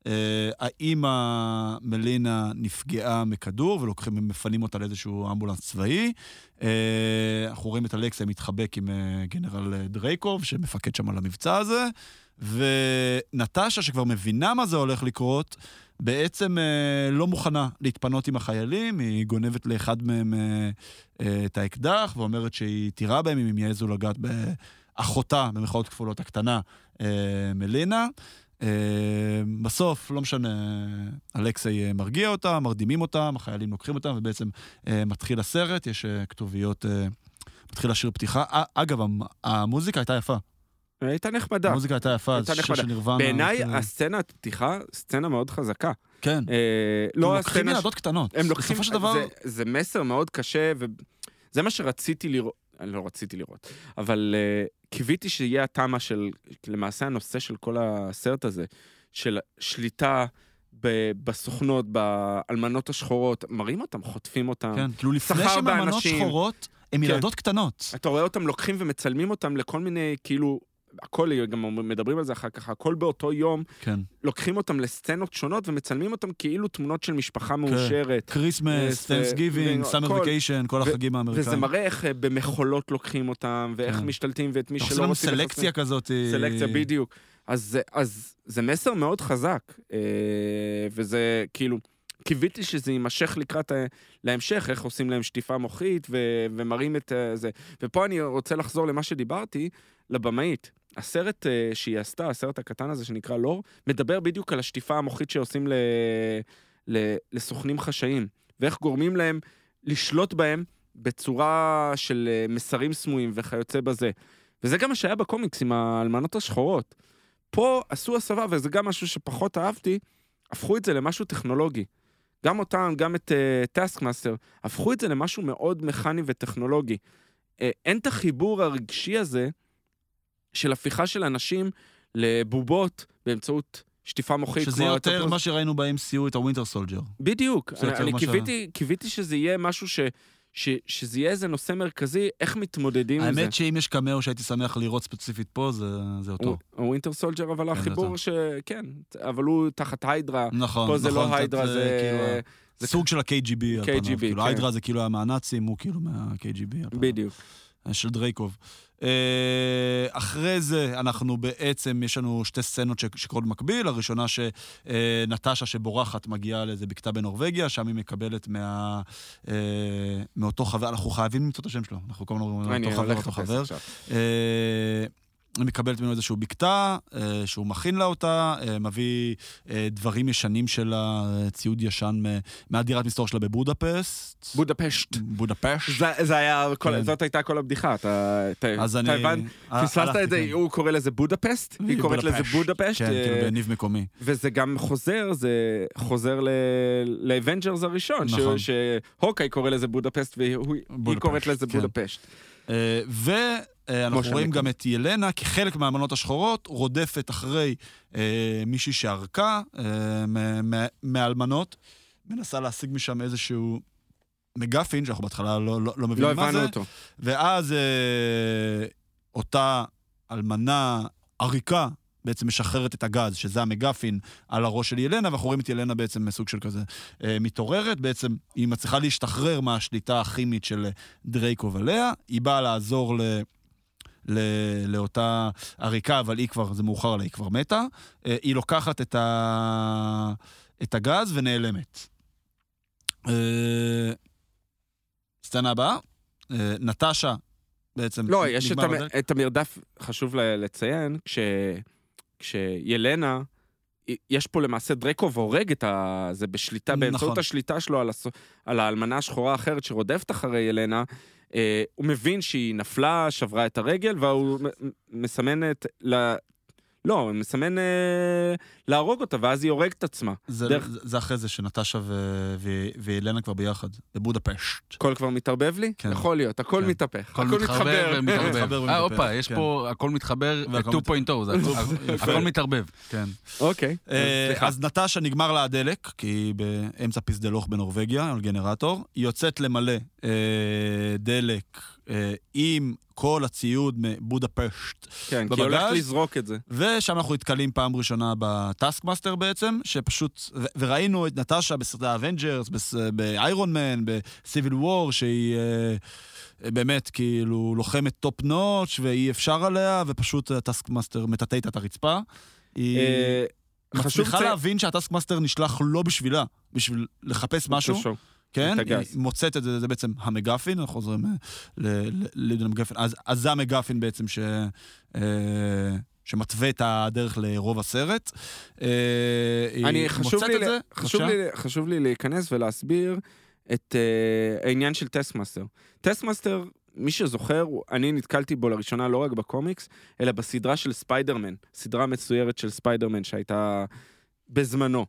האמא מלינה נפגעה מכדור, ולוקחים, הם מפנים אותה לאיזשהו אמבולנס צבאי. אנחנו רואים את אלכסה מתחבק עם גנרל דרייקוב, שמפקד שם על המבצע הזה. ונטשה, שכבר מבינה מה זה הולך לקרות, בעצם אה, לא מוכנה להתפנות עם החיילים, היא גונבת לאחד מהם אה, אה, את האקדח, ואומרת שהיא תירה בהם אם הם יעזו לגעת באחותה, במחאות כפולות הקטנה, אה, מלינה. אה, בסוף, לא משנה, אלכסי מרגיע אותה, מרדימים אותם, החיילים לוקחים אותם, ובעצם אה, מתחיל הסרט, יש אה, כתוביות, אה, מתחיל לשיר פתיחה. אה, אגב, המוזיקה הייתה יפה. הייתה נחמדה. המוזיקה הייתה יפה, זה שיר של נירוונה. בעיניי, הסצנת פתיחה, סצנה מאוד חזקה. כן. הם לוקחים ילדות קטנות. הם לוקחים, זה מסר מאוד קשה, וזה מה שרציתי לראות, אני לא רציתי לראות, אבל קיוויתי שיהיה התאמה של, למעשה הנושא של כל הסרט הזה, של שליטה בסוכנות, באלמנות השחורות, מראים אותם, חוטפים אותם. כן, כאילו לפני שהם אלמנות שחורות, הם ילדות קטנות. אתה רואה אותם לוקחים ומצלמים אותם לכל מיני, כאילו, הכל, גם מדברים על זה אחר כך, הכל באותו יום, כן. לוקחים אותם לסצנות שונות, ומצלמים אותם כאילו תמונות של משפחה מאושרת. קריסמס, טנקסגיבינג, סאמר ויקיישן, כל החגים האמריקאים. וזה מראה איך במחולות לוקחים אותם, ואיך משתלטים, ואת מי שלא רוצים... סלקציה כזאת. סלקציה, בדיוק. אז זה מסר מאוד חזק, וזה כאילו... קיוויתי שזה יימשך לקראת להמשך, איך עושים להם שטיפה מוחית, ו- ומראים את זה. ופה אני רוצה לחזור למה שדיברתי, לבמאית. הסרט uh, שהיא עשתה, הסרט הקטן הזה שנקרא לור, מדבר בדיוק על השטיפה המוחית שעושים ל... ל... לסוכנים חשאיים, ואיך גורמים להם לשלוט בהם בצורה של uh, מסרים סמויים וכיוצא בזה. וזה גם מה שהיה בקומיקס עם האלמנות השחורות. פה עשו הסבה, וזה גם משהו שפחות אהבתי, הפכו את זה למשהו טכנולוגי. גם אותם, גם את טאסקמאסטר, uh, הפכו את זה למשהו מאוד מכני וטכנולוגי. Uh, אין את החיבור הרגשי הזה, של הפיכה של אנשים לבובות באמצעות שטיפה מוחית. שזה יותר מה שראינו ב-אם סי יו, את הווינטר סולג'ר. בדיוק. אני קיוויתי שזה יהיה משהו ש... שזה יהיה איזה נושא מרכזי, איך מתמודדים עם זה. האמת שאם יש קמאו שהייתי שמח לראות ספציפית פה, זה אותו. הווינטר סולג'ר, אבל החיבור ש... כן, אבל הוא תחת היידרה. נכון, פה זה לא היידרה, זה... סוג של ה-קיי ג'י בי. קיי ג'י בי, כן. היידרה זה כאילו מהנאצים, הוא כאילו מה-קיי ג'י בי. בדיוק. של דרייקוב. אחרי זה אנחנו בעצם, יש לנו שתי סצנות שקורות במקביל, הראשונה שנטשה שבורחת מגיעה לאיזה בקתה בנורווגיה, שם היא מקבלת מה... מאותו חבר, אנחנו חייבים למצוא את השם שלו, אנחנו כל הזמן אומרים אותו חבר, אותו חבר. היא מקבלת ממנו איזשהו בקתה, שהוא מכין לה אותה, מביא דברים ישנים שלה, ציוד ישן מהדירת מסתור שלה בבודפסט. בודפשט. בודפשט. זה היה, זאת הייתה כל הבדיחה. אז אני... פספסת את זה, הוא קורא לזה בודפסט, היא קוראת לזה בודפשט. כן, כאילו בניב מקומי. וזה גם חוזר, זה חוזר לאבנג'רס הראשון, שהוקאי קורא לזה בודפסט, והיא קוראת לזה בודפשט. ו... אנחנו רואים גם את ילנה, כחלק מהאמנות השחורות, רודפת אחרי אה, מישהי שערקה אה, מהאלמנות, מנסה להשיג משם איזשהו מגפין, שאנחנו בהתחלה לא, לא, לא מבינים לא מה זה. אותו. ואז אה, אותה אלמנה עריקה, בעצם משחררת את הגז, שזה המגפין על הראש של ילנה, ואנחנו רואים את ילנה בעצם מסוג של כזה אה, מתעוררת, בעצם היא מצליחה להשתחרר מהשליטה הכימית של דרייקוב עליה, היא באה לעזור ל... לאותה עריקה, אבל היא כבר, זה מאוחר עליה, היא כבר מתה. היא לוקחת את, ה... את הגז ונעלמת. סצנה הבאה, נטשה בעצם... לא, יש את, המ... את המרדף, חשוב לציין, כש... כשילנה, יש פה למעשה דרייקוב הורג את ה... זה בשליטה, באמצעות נכון. השליטה שלו על, הס... על האלמנה השחורה האחרת שרודפת אחרי ילנה, Uh, הוא מבין שהיא נפלה, שברה את הרגל, והוא מסמן את... ל... לא, הוא מסמן uh, להרוג אותה, ואז היא הורג את עצמה. זה, דרך... זה אחרי זה שנטשה ו... ו... ואילנה כבר ביחד, בבודפשט. הכל כבר מתערבב לי? כן. יכול להיות, הכל כן. מתהפך. הכל, הכל מתחבר. מתחבר. אה, אופה, יש כן. פה, הכל מתחבר, שתיים נקודה אפס, הכל מתערבב. כן. אוקיי. אז נטשה נגמר לה הדלק, כי היא באמצע פסדלוך בנורווגיה, על גנרטור. היא יוצאת למלא דלק עם כל הציוד מבודפשט כן, כי הולכת לזרוק את זה. ושם אנחנו התקלים פעם ראשונה בטאסקמאסטר בעצם, שפשוט, ו- וראינו את נטשה בסרטי האבנג'רס, באיירון מן, בסיביל וור, שהיא uh, באמת כאילו לוחמת טופ נוטש, ואי אפשר עליה, ופשוט הטאסקמאסטר מטאטא את הרצפה. היא מצליחה להבין שהטאסקמאסטר נשלח לא בשבילה, בשביל לחפש משהו. כן, היא מוצאת את זה, זה בעצם המגפין, אנחנו חוזרים לידון המגפין, אז, אז זה המגפין בעצם ש, שמתווה את הדרך לרוב הסרט. אני, חשוב לי, זה, חשוב, לי, חשוב לי להיכנס ולהסביר את uh, העניין של טסטמאסטר. טסטמאסטר, מי שזוכר, אני נתקלתי בו לראשונה לא רק בקומיקס, אלא בסדרה של ספיידרמן, סדרה מצוירת של ספיידרמן שהייתה בזמנו.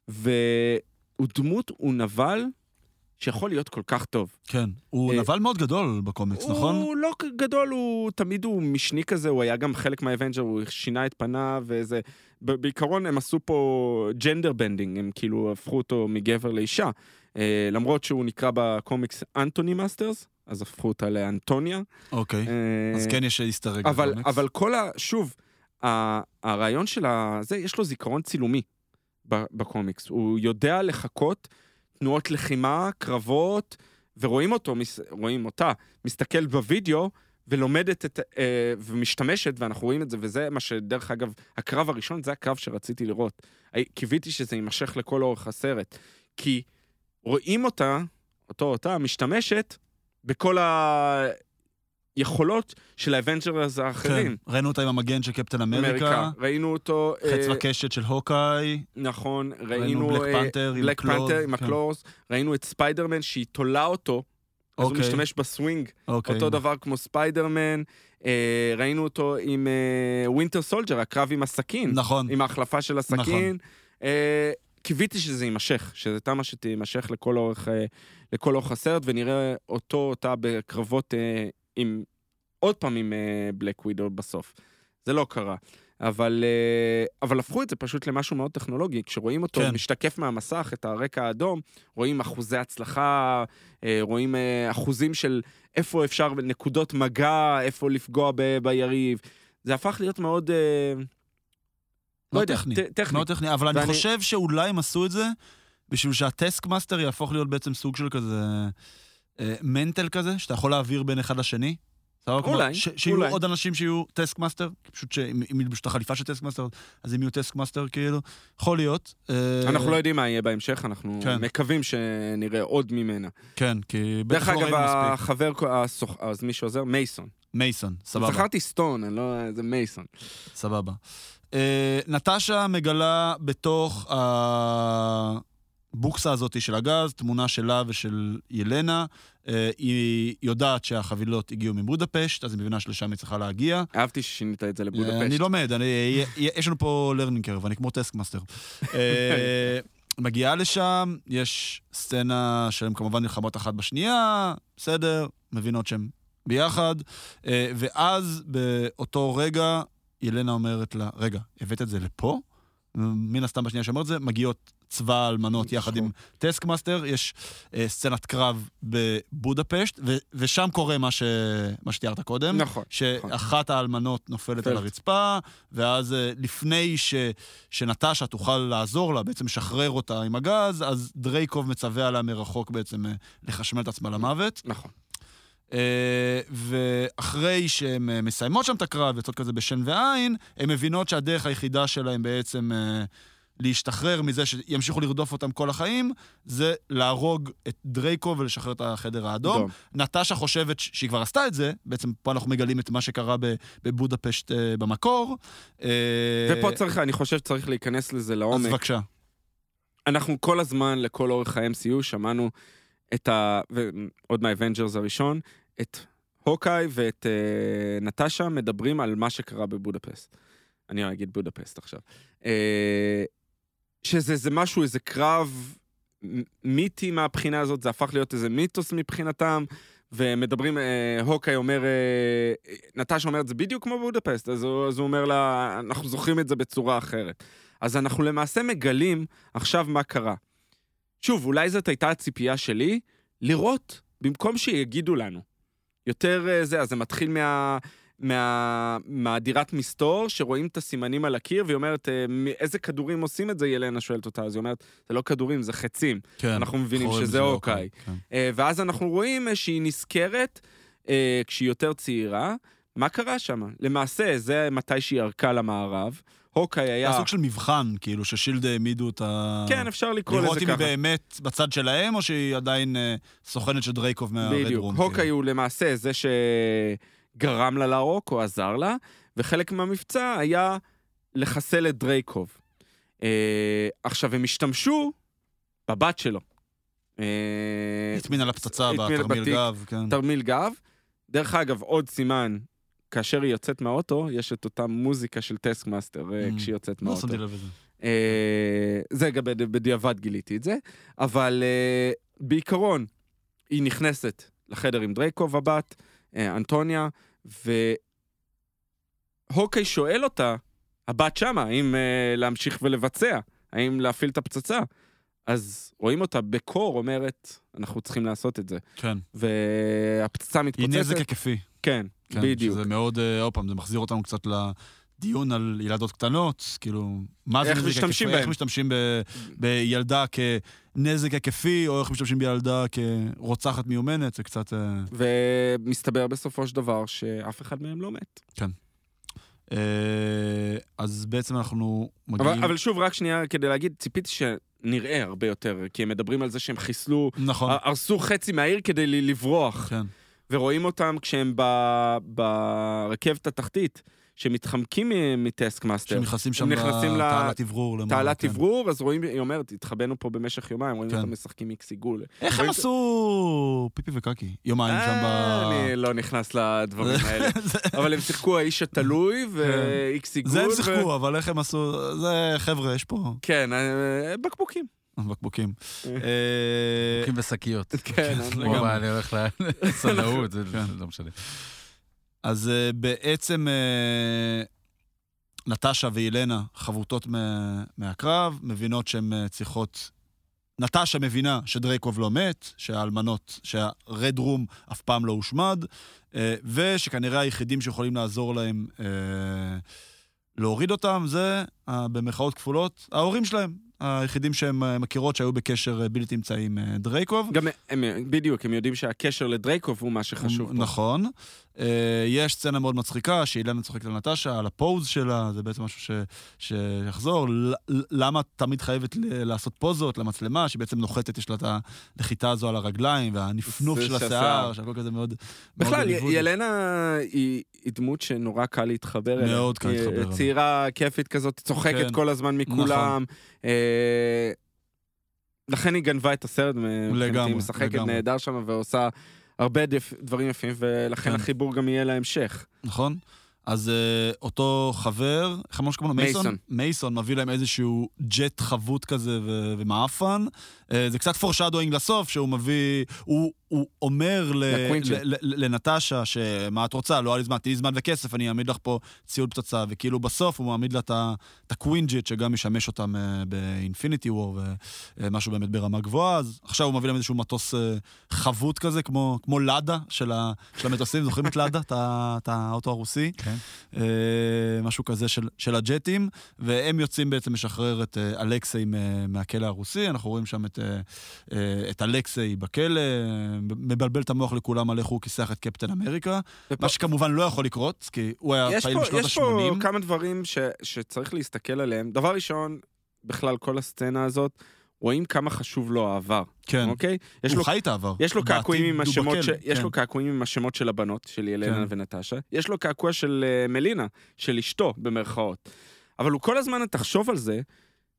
והוא דמות, הוא נבל, שיכול להיות כל כך טוב. כן, הוא נבל מאוד גדול בקומיקס, נכון? הוא לא גדול, הוא תמיד הוא משני כזה, הוא היה גם חלק מהאבנג'ר, הוא שינה את פניו וזה, בעיקרון הם עשו פה ג'נדר בנדינג, הם כאילו הפכו אותו מגבר לאישה, למרות שהוא נקרא בקומיקס אנטוני מאסטרס, אז הפכו אותה לאנטוניה. אוקיי, אז כן יש להסתרק בקומיקס. אבל כל ה... שוב, הרעיון של זה, יש לו זיכרון צילומי בקומיקס, הוא יודע לחכות תנועות לחימה, קרבות, ורואים אותו, רואים אותה, מסתכלת בווידאו, ולומדת את, אה, ומשתמשת, ואנחנו רואים את זה, וזה מה שדרך אגב, הקרב הראשון, זה הקרב שרציתי לראות. קיוויתי שזה יימשך לכל אורך הסרט, כי רואים אותה, אותו אותה, משתמשת, בכל ה... היכולות של האבנג'רס האחרים. כן, ראינו אותה עם המגן של קפטן אמריקה. ראינו אותו... חץ וקשת של הוקאי. נכון, ראינו בלק פנתר עם הקלוז. עם הקלוז. ראינו את ספיידרמן שהיא תולה אותו, אז הוא משתמש בסווינג. אותו דבר כמו ספיידרמן. ראינו אותו עם ווינטר סולג'ר, הקרב עם הסכין. נכון. עם ההחלפה של הסכין. קיוויתי שזה יימשך, שזה תמה שתימשך לכל אורך, לכל אורך הסרט, ונראה אותו, אותה בקרבות עם, עוד פעם עם בלק ווידו בסוף. זה לא קרה. אבל, אבל הפכו את זה פשוט למשהו מאוד טכנולוגי. כשרואים אותו כן. משתקף מהמסך, את הרקע האדום, רואים אחוזי הצלחה, רואים אחוזים של איפה אפשר, נקודות מגע, איפה לפגוע ב- ביריב. זה הפך להיות מאוד... לא טכני, מאוד טכני, אבל אני חושב שאולי הם עשו את זה, בשביל שהטסק מאסטר יהפוך להיות בעצם סוג של כזה, מנטל כזה, שאתה יכול להעביר בין אחד לשני. אולי, שיהיו עוד אנשים שיהיו טסק מאסטר, פשוט שאם ילבשו את החליפה של טסק מאסטר, אז הם יהיו טסק מאסטר כאילו, יכול להיות. אנחנו לא יודעים מה יהיה בהמשך, אנחנו מקווים שנראה עוד ממנה. כן, כי... דרך אגב, החבר, אז מי שעוזר, מייסון. מייסון, סבבה. זכרתי סטון, זה מייסון. סבבה. נטשה מגלה בתוך הבוקסה הזאת של הגז, תמונה שלה ושל ילנה, היא יודעת שהחבילות הגיעו מבודפשט, אז היא מבינה שלשם היא צריכה להגיע. אהבתי ששינית את זה לבודפשט. אני לומד, יש לנו פה learning curve, אני כמו טסק מאסטר. מגיעה לשם, יש סצנה שהן כמובן נלחמות אחת בשנייה, בסדר, מבינות שהן ביחד, ואז באותו רגע, ילנה אומרת לה, רגע, הבאת את זה לפה? מן הסתם בשנייה שאומרת זה, מגיעות צבא אלמנות יחד עם טסק מאסטר, יש אה, סצנת קרב בבודפשט, ו- ושם קורה מה, ש- מה שתיארת קודם, נכון, שאחת נכון. האלמנות נופלת פלט. על הרצפה, ואז אה, לפני ש- שנטשה תוכל לעזור לה, בעצם שחרר אותה עם הגז, אז דרייקוב מצווה עליה מרחוק בעצם אה, לחשמל את עצמה למוות. נכון. Uh, ואחרי שהן מסיימות שם את הקרב, יוצאות כזה בשן ועין, הן מבינות שהדרך היחידה שלהן בעצם uh, להשתחרר מזה שימשיכו לרדוף אותם כל החיים, זה להרוג את דרייקו ולשחרר את החדר האדום. דום. נטשה חושבת שהיא כבר עשתה את זה, בעצם פה אנחנו מגלים את מה שקרה בבודפשט uh, במקור. Uh, ופה צריך, אני חושב שצריך להיכנס לזה לעומק. אז בבקשה. אנחנו כל הזמן, לכל אורך ה-אם סי יו, שמענו את ה... ועוד מהאבנג'רס הראשון, את הוקאי ואת uh, נטשה מדברים על מה שקרה בבודפסט. אני אגיד בודפסט עכשיו. Uh, שזה זה משהו, איזה קרב מיתי מהבחינה הזאת, זה הפך להיות איזה מיתוס מבחינתם, ומדברים, uh, הוקאי אומר, uh, נטשה אומרת, זה בדיוק כמו בבודפסט, אז הוא, אז הוא אומר לה, אנחנו זוכרים את זה בצורה אחרת. אז אנחנו למעשה מגלים עכשיו מה קרה. שוב, אולי זאת הייתה הציפייה שלי, לראות, במקום שיגידו לנו. יותר זה, אז זה מתחיל מה, מה, מהדירת מסתור, שרואים את הסימנים על הקיר, והיא אומרת, איזה כדורים עושים את זה, ילנה שואלת אותה, אז היא אומרת, זה לא כדורים, זה חצים. כן, אנחנו מבינים שזה אוקיי. כן. ואז אנחנו רואים שהיא נזכרת, כשהיא יותר צעירה, מה קרה שם? למעשה, זה מתי שהיא ערכה למערב, הוקאי היה... זה סוג של מבחן, כאילו, ששילד העמידו את ה... כן, אפשר לקרוא לזה ככה. לראות אם היא באמת בצד שלהם, או שהיא עדיין סוכנת של דרייקוב מהרד רום. בדיוק. הוקאי הוא למעשה זה שגרם לה לערוק, או עזר לה, וחלק מהמבצע היה לחסל את דרייקוב. עכשיו, הם השתמשו בבת שלו. התמין על הפצצה בתרמיל גב. תרמיל גב. דרך אגב, עוד סימן, כאשר היא יוצאת מהאוטו, יש את אותה מוזיקה של טסק מאסטר, כשהיא יוצאת מהאוטו. לא שמתי לב לזה. זה גם בדיעבד גיליתי את זה, אבל בעיקרון, היא נכנסת לחדר עם דרייקוב הבת, אנטוניה, והוקאי שואל אותה, הבת שמה, האם להמשיך ולבצע, האם להפעיל את הפצצה. אז רואים אותה בקור, אומרת, אנחנו צריכים לעשות את זה. כן. והפצצה מתפוצצת. היא נזק היקפי. כן, כן, בדיוק. שזה מאוד, עוד פעם, זה מחזיר אותנו קצת לדיון על ילדות קטנות, כאילו, מה זה נזק היקפי? איך משתמשים ב- בילדה כנזק היקפי, או איך משתמשים בילדה כרוצחת מיומנת, זה קצת... ומסתבר בסופו של דבר שאף אחד מהם לא מת. כן. אז בעצם אנחנו מגיעים... אבל, אבל שוב, רק שנייה, כדי להגיד, ציפיתי שנראה הרבה יותר, כי הם מדברים על זה שהם חיסלו, נכון. הרסו חצי מהעיר כדי לברוח. כן. ורואים אותם כשהם ברכבת התחתית, שמתחמקים מטסק מאסטר. שנכנסים שם לתעלת עברור. תעלת עברור, אז רואים, היא אומרת, התחבאנו פה במשך יומיים, רואים אותם משחקים איקס עיגול. איך הם עשו פיפי וקקי? יומיים שם ב... אני לא נכנס לדברים האלה. אבל הם שיחקו האיש התלוי ואיקס עיגול. זה הם שיחקו, אבל איך הם עשו... זה חבר'ה, יש פה... כן, בקבוקים. בקבוקים. בקבוקים ושקיות. כן. אני הולך לסלאות, זה לא משנה. אז uh, בעצם uh, נטשה ואילנה חבוטות מה, מהקרב, מבינות שהן uh, צריכות... נטשה מבינה שדרייקוב לא מת, שהאלמנות, שהרד רום אף פעם לא הושמד, uh, ושכנראה היחידים שיכולים לעזור להם uh, להוריד אותם, זה, uh, במרכאות כפולות, ההורים שלהם. היחידים שהם מכירות שהיו בקשר בלתי אמצעי עם דרייקוב. גם הם, בדיוק, הם יודעים שהקשר לדרייקוב הוא מה שחשוב פה. נכון. יש סצנה מאוד מצחיקה, שאילנה צוחקת על נטשה, על הפוז שלה, זה בעצם משהו ש, שיחזור. למה תמיד חייבת לעשות פוזות למצלמה, שבעצם נוחתת, יש לה את הלחיטה הזו על הרגליים, והנפנוף של השיער, שהכל כזה מאוד... בכלל, ילנה היא, היא דמות שנורא קל להתחבר אליה. מאוד קל להתחבר אליה. צעירה כיפית כזאת, צוחקת כל הזמן מכולם. לכן היא גנבה את הסרט, לגמרי, היא משחקת נהדר שם ועושה הרבה דברים יפים, ולכן החיבור גם יהיה להמשך. נכון. אז אותו חבר, איך אמרו שקוראים לו? מייסון. מייסון מביא להם איזשהו ג'ט חבוט כזה ומאפן. זה קצת פורשדוינג לסוף, שהוא מביא, הוא אומר לנטשה שמה את רוצה, לא היה לי זמן, תהי זמן וכסף, אני אעמיד לך פה ציוד פצצה, וכאילו בסוף הוא מעמיד לה את הקווינג'ט, שגם ישמש אותם באינפיניטי וור, ומשהו באמת ברמה גבוהה, אז עכשיו הוא מביא להם איזשהו מטוס חבוט כזה, כמו לדה של המטוסים, זוכרים את לדה, את האוטו הרוסי? משהו כזה של הג'טים, והם יוצאים בעצם לשחרר את אלכסי מהכלא הרוסי, אנחנו רואים שם את אלכסי בכלא, מבלבל את המוח לכולם על איך הוא כיסח את קפטן אמריקה, מה שכמובן לא יכול לקרות, כי הוא היה פעיל בשנות ה-שמונים. יש פה כמה דברים שצריך להסתכל עליהם. דבר ראשון, בכלל כל הסצנה הזאת, רואים כמה חשוב לו העבר. כן, אוקיי? הוא חי את העבר. יש לו קעקועים עם השמות, ש... יש לו קעקועים עם השמות של הבנות, של ילנה כן. ונטשה. יש לו קעקוע של uh, מלינה, של אשתו, במרכאות. אבל הוא כל הזמן, תחשוב על זה,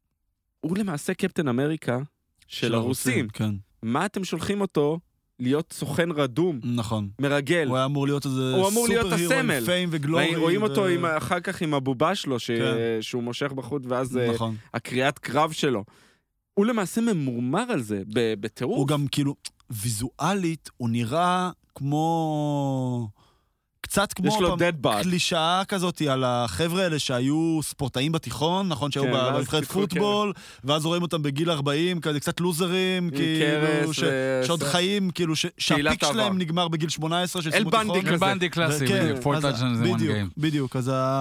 הוא למעשה קפטן אמריקה של, של הרוסים. כן. מה אתם שולחים אותו להיות סוכן רדום? נכון. מרגל. הוא היה אמור להיות איזה סופר הירו עם פיים וגלורי. רואים ו... אותו עם, אחר כך עם הבובה שלו, ש... כן. שהוא מושך בחוט, ואז נכון. הקריאת קרב שלו. הוא למעשה ממורמר על זה, בטירוף. הוא גם כאילו, ויזואלית, הוא נראה כמו... קצת כמו קלישאה כזאת על החבר'ה האלה שהיו ספורטאים בתיכון, נכון? שהיו בנבחרת פוטבול, ואז רואים אותם בגיל ארבעים, כזה קצת לוזרים, כאילו, שעוד חיים, כאילו, שהפיק שלהם נגמר בגיל שמונה עשרה, אל בנדי כזה. אל בנדי קלאסי, בדיוק, פור טאצ'אנס זה וואן גיים. בדיוק,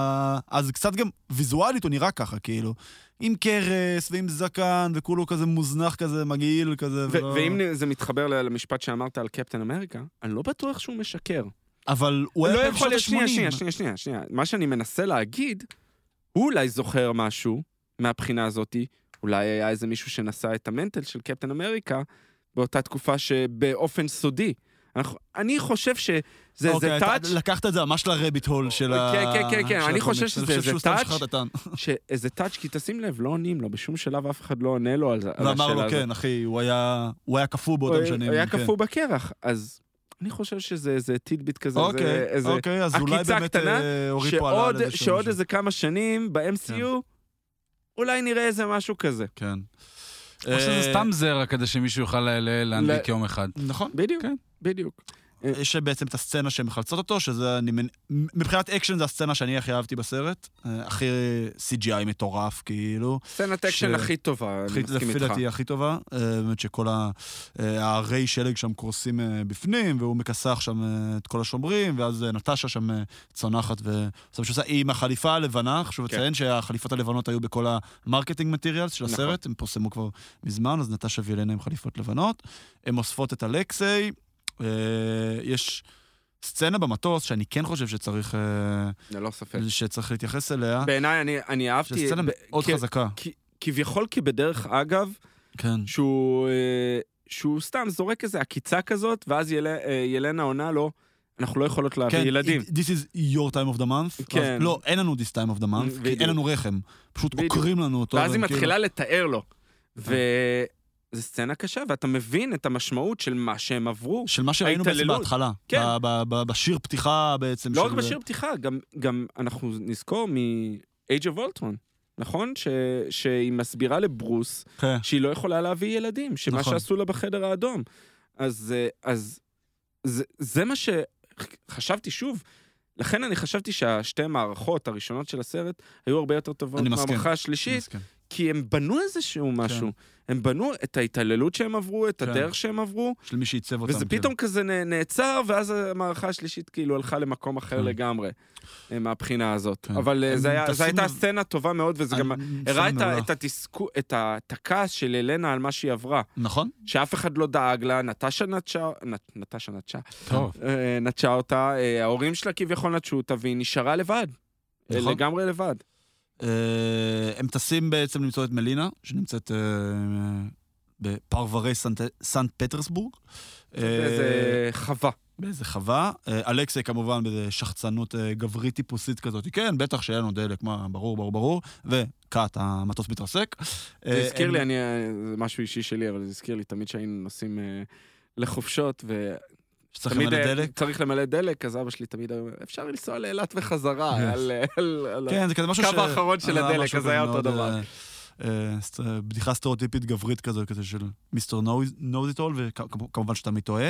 אז קצת גם ויזואלית הוא נראה ככה, כאילו. עם קרס ועם זקן, וכולו כזה מוזנח כזה, מגעיל כזה. ואם זה מתחבר למשפט שאמרת על קפטן אמריקה, אני לא בטוח שהוא משקר. אבל הוא היה בשנות ה-שמונים. שנייה, שנייה, שנייה, שנייה. מה שאני מנסה להגיד, הוא אולי זוכר משהו מהבחינה הזאת, אולי היה איזה מישהו שנסע את המנטל של קפטן אמריקה, באותה תקופה שבאופן סודי. אני חושב שזה איזה טאץ'... לקחת את זה ממש לרביט הול של ה... כן, כן, כן, כן. אני חושב שזה איזה טאץ' שאיזה טאץ', כי תשים לב, לא עונים לו, בשום שלב אף אחד לא עונה לו על השאלה הזאת. ואמר לו, כן, אחי, הוא היה כפו באותם שנים. הוא היה כפו בקרח, אז... אני חושב שזה איזה טידביט כזה, איזה עקיצה קטנה, שעוד איזה כמה שנים ב-אם סי יו, אולי נראה איזה משהו כזה. כן. או שזה סתם זרע כדי שמישהו יוכל להנליק יום אחד. נכון, בדיוק, בדיוק. יש בעצם את הסצנה שמחלצות אותו, שזה, מבחינת אקשן זה הסצנה שאני הכי אהבתי בסרט, הכי סי ג'י איי מטורף, כאילו. סצנת אקשן הכי טובה, אני מסכים איתך. לפי הכי טובה, באמת שכל הערי שלג שם קורסים בפנים, והוא מכסח שם את כל השומרים, ואז נטשה שם צונחת, ועושה עם החליפה הלבנה, חשוב לציין שהחליפות הלבנות היו בכל המרקטינג מטריאלס של הסרט, הם פורסמו כבר מזמן, אז נטשה וילנה עם חליפות לבנות, הם אוספות את אלכסי, יש סצנה במטוס שאני כן חושב שצריך ללא ספק שצריך להתייחס אליה. בעיניי אני אני אהבתי סצנה מאוד חזקה. כביכול כי בדרך אגב כן. שהוא שהוא סתם זורק איזה עקיצה כזאת, ואז ילנה עונה לו, אנחנו לא יכולות להביא ילדים. This is your time of the month. כן. לא, אין לנו this time of the month, כי אין לנו רחם. פשוט עוקרים לנו אותו. ואז היא מתחילה לתאר לו. וזו סצנה קשה, ואתה מבין את המשמעות של מה שהם עברו. של מה שראינו בעצם בהתחלה. כן. בשיר פתיחה בעצם. לא רק בשיר פתיחה, גם אנחנו נזכור מ-Age of Ultron. נכון? שהיא מסבירה לברוס, שהיא לא יכולה להביא ילדים, שמה שעשו לה בחדר האדום. אז זה מה ש... חשבתי שוב, לכן אני חשבתי שהשתי המערכות הראשונות של הסרט היו הרבה יותר טובות מהמערכה השלישית, כי הם בנו איזשהו משהו. הם בנו את ההתעללות שהם עברו, את הדרך שהם עברו. של מי שעיצב אותם. וזה פתאום כזה נעצר, ואז המערכה השלישית כאילו הלכה למקום אחר לגמרי, מהבחינה הזאת. אבל זו הייתה סצנה טובה מאוד, וזה גם הראה את הכעס של ילנה על מה שהיא עברה. נכון. שאף אחד לא דאג לה, נטשה נטשה, נטשה נטשה, נטשה אותה, ההורים שלה כביכול נטשו אותה, והיא נשארה לבד. לגמרי לבד. הם טסים בעצם למצוא את מלינה, שנמצאת בפרברי סנט פטרסבורג. באיזה חווה. באיזה חווה. אלכסי כמובן באיזה שחצנות גברית טיפוסית כזאת. כן, בטח שאין עוד דלק, מה, ברור, ברור, ברור. וקאט, המטוס מתרסק. זה הזכיר לי, זה משהו אישי שלי, אבל זה הזכיר לי תמיד שהיינו נוסעים לחופשות, ו... שצריך למלא דלק? צריך למלא דלק, אז אבא שלי תמיד אפשר לנסוע לאילת וחזרה, על הקו האחרון של הדלק, אז היה אותו דבר. בדיחה סטריאוטיפית גברית כזו, כזה של מיסטר נוזיטול, וכמובן שאתה מתוהה.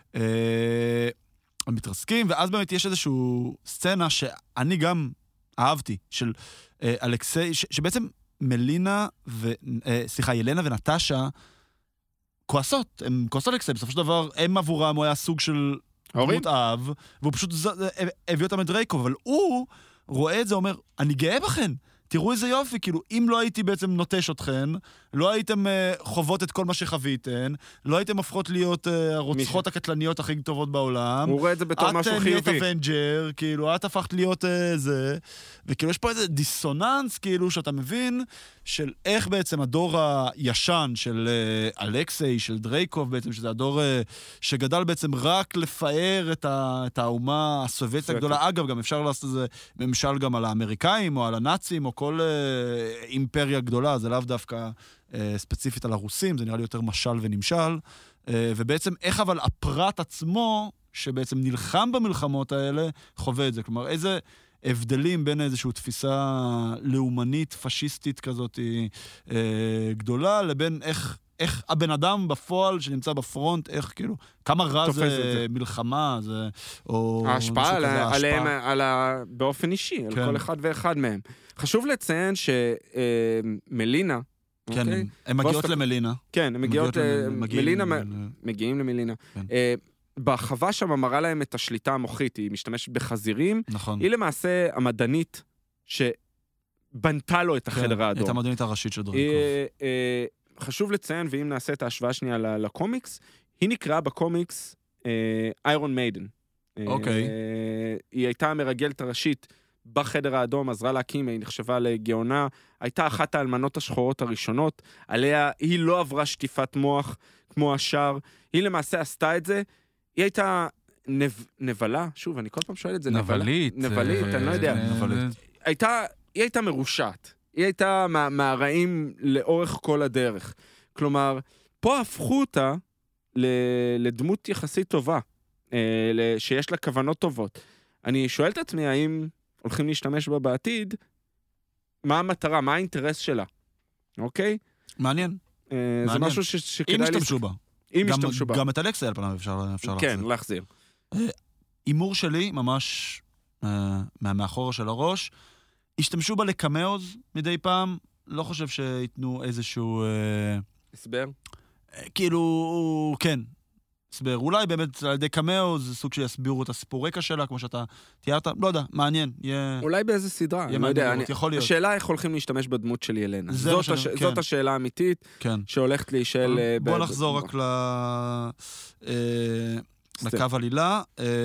הם מתרסקים, ואז באמת יש איזשהו סצנה שאני גם אהבתי, של אלכסי, שבעצם מלינה, סליחה, ילנה ונטשה, כועסות, הם כועסות לקסם, בסופו של דבר, הם עבורם, הוא היה סוג של דמות אב, והוא פשוט הביא אותם את דרייקוב, אבל הוא רואה את זה, אומר, אני גאה בכן, תראו איזה יופי, כאילו, אם לא הייתי בעצם נוטש אתכן, לא הייתם uh, חוות את כל מה שחוויתן, לא הייתם הפכות להיות uh, הרוצחות הקטלניות הכי טובות בעולם. הוא רואה את זה בתור משהו חיובי. את נהיית אבנג'ר, כאילו, את הפכת להיות uh, זה, וכאילו, יש פה איזה דיסוננס, כאילו, שאתה מבין, של איך בעצם הדור הישן של uh, אלכסי, של דרייקוב בעצם, שזה הדור uh, שגדל בעצם רק לפאר את, ה, את האומה הסובייטית הגדולה. אגב, גם אפשר לעשות את זה ממשל גם על האמריקאים, או על הנאצים, או כל uh, אימפריה גדולה, זה לאו דווקא uh, ספציפית על הרוסים, זה נראה לי יותר משל ונמשל, uh, ובעצם איך אבל הפרט עצמו, שבעצם נלחם במלחמות האלה, חווה את זה. כלומר, איזה הבדלים בין איזושהי תפיסה לאומנית, פשיסטית כזאת uh, גדולה, לבין איך, איך הבן אדם בפועל שנמצא בפרונט, איך כאילו, כמה רע זה, זה מלחמה, זה, או... ההשפעה על, כזה, עליהם, ההשפעה. על ה... באופן אישי, כן. על כל אחד ואחד מהם. חשוב לציין שמלינה, כן, אוקיי? הם מגיעות למלינה. כן, הם מגיעות למלינה, מגיעים למלינה. בחווה שם מראה להם את השליטה המוחית, היא משתמשת בחזירים. נכון. היא למעשה המדענית שבנתה לו את החדר האדום. את המדענית הראשית של דרייקוב. חשוב לציין, ואם נעשה את ההשוואה השנייה לקומיקס, היא נקראה בקומיקס איירון מיידן. אוקיי. היא הייתה המרגלת הראשית בחדר האדום, עזרה להקים, היא נחשבה לגאונה, הייתה אחת האלמנות השחורות הראשונות, עליה היא לא עברה שטיפת מוח כמו השאר, היא למעשה עשתה את זה, היא הייתה נבלה, שוב, אני כל פעם שואל את זה, נבלית. נבלית, אני לא יודע. הייתה, היא הייתה מרושעת, היא הייתה מהרעים לאורך כל הדרך. כלומר, פה הפכו אותה לדמות יחסית טובה, שיש לה כוונות טובות. אני שואל את עצמי, האם הולכים להשתמש בה בעתיד, מה המטרה, מה האינטרס שלה? אוקיי? מעניין. זה משהו שכדאי... אם השתמשו בה. אם השתמשו בה. גם את אלכסי על פניו אפשר להחזיר. כן, להחזיר. אימור שלי, ממש מהמאחורה של הראש, השתמשו בה לקמאוז מדי פעם, לא חושב שיתנו איזשהו... הסבר? כאילו, כן. הסבר. אולי באמת על ידי קמאו זה סוג שיסבירו את הסיפור רקע שלה, כמו שאתה תיארת, לא יודע, מעניין. אולי באיזה סדרה, אני לא יודע. השאלה איך הולכים להשתמש בדמות של ילנה. זאת השאלה האמיתית, שהולכת להישאל... בוא נחזור רק לקו עלילה.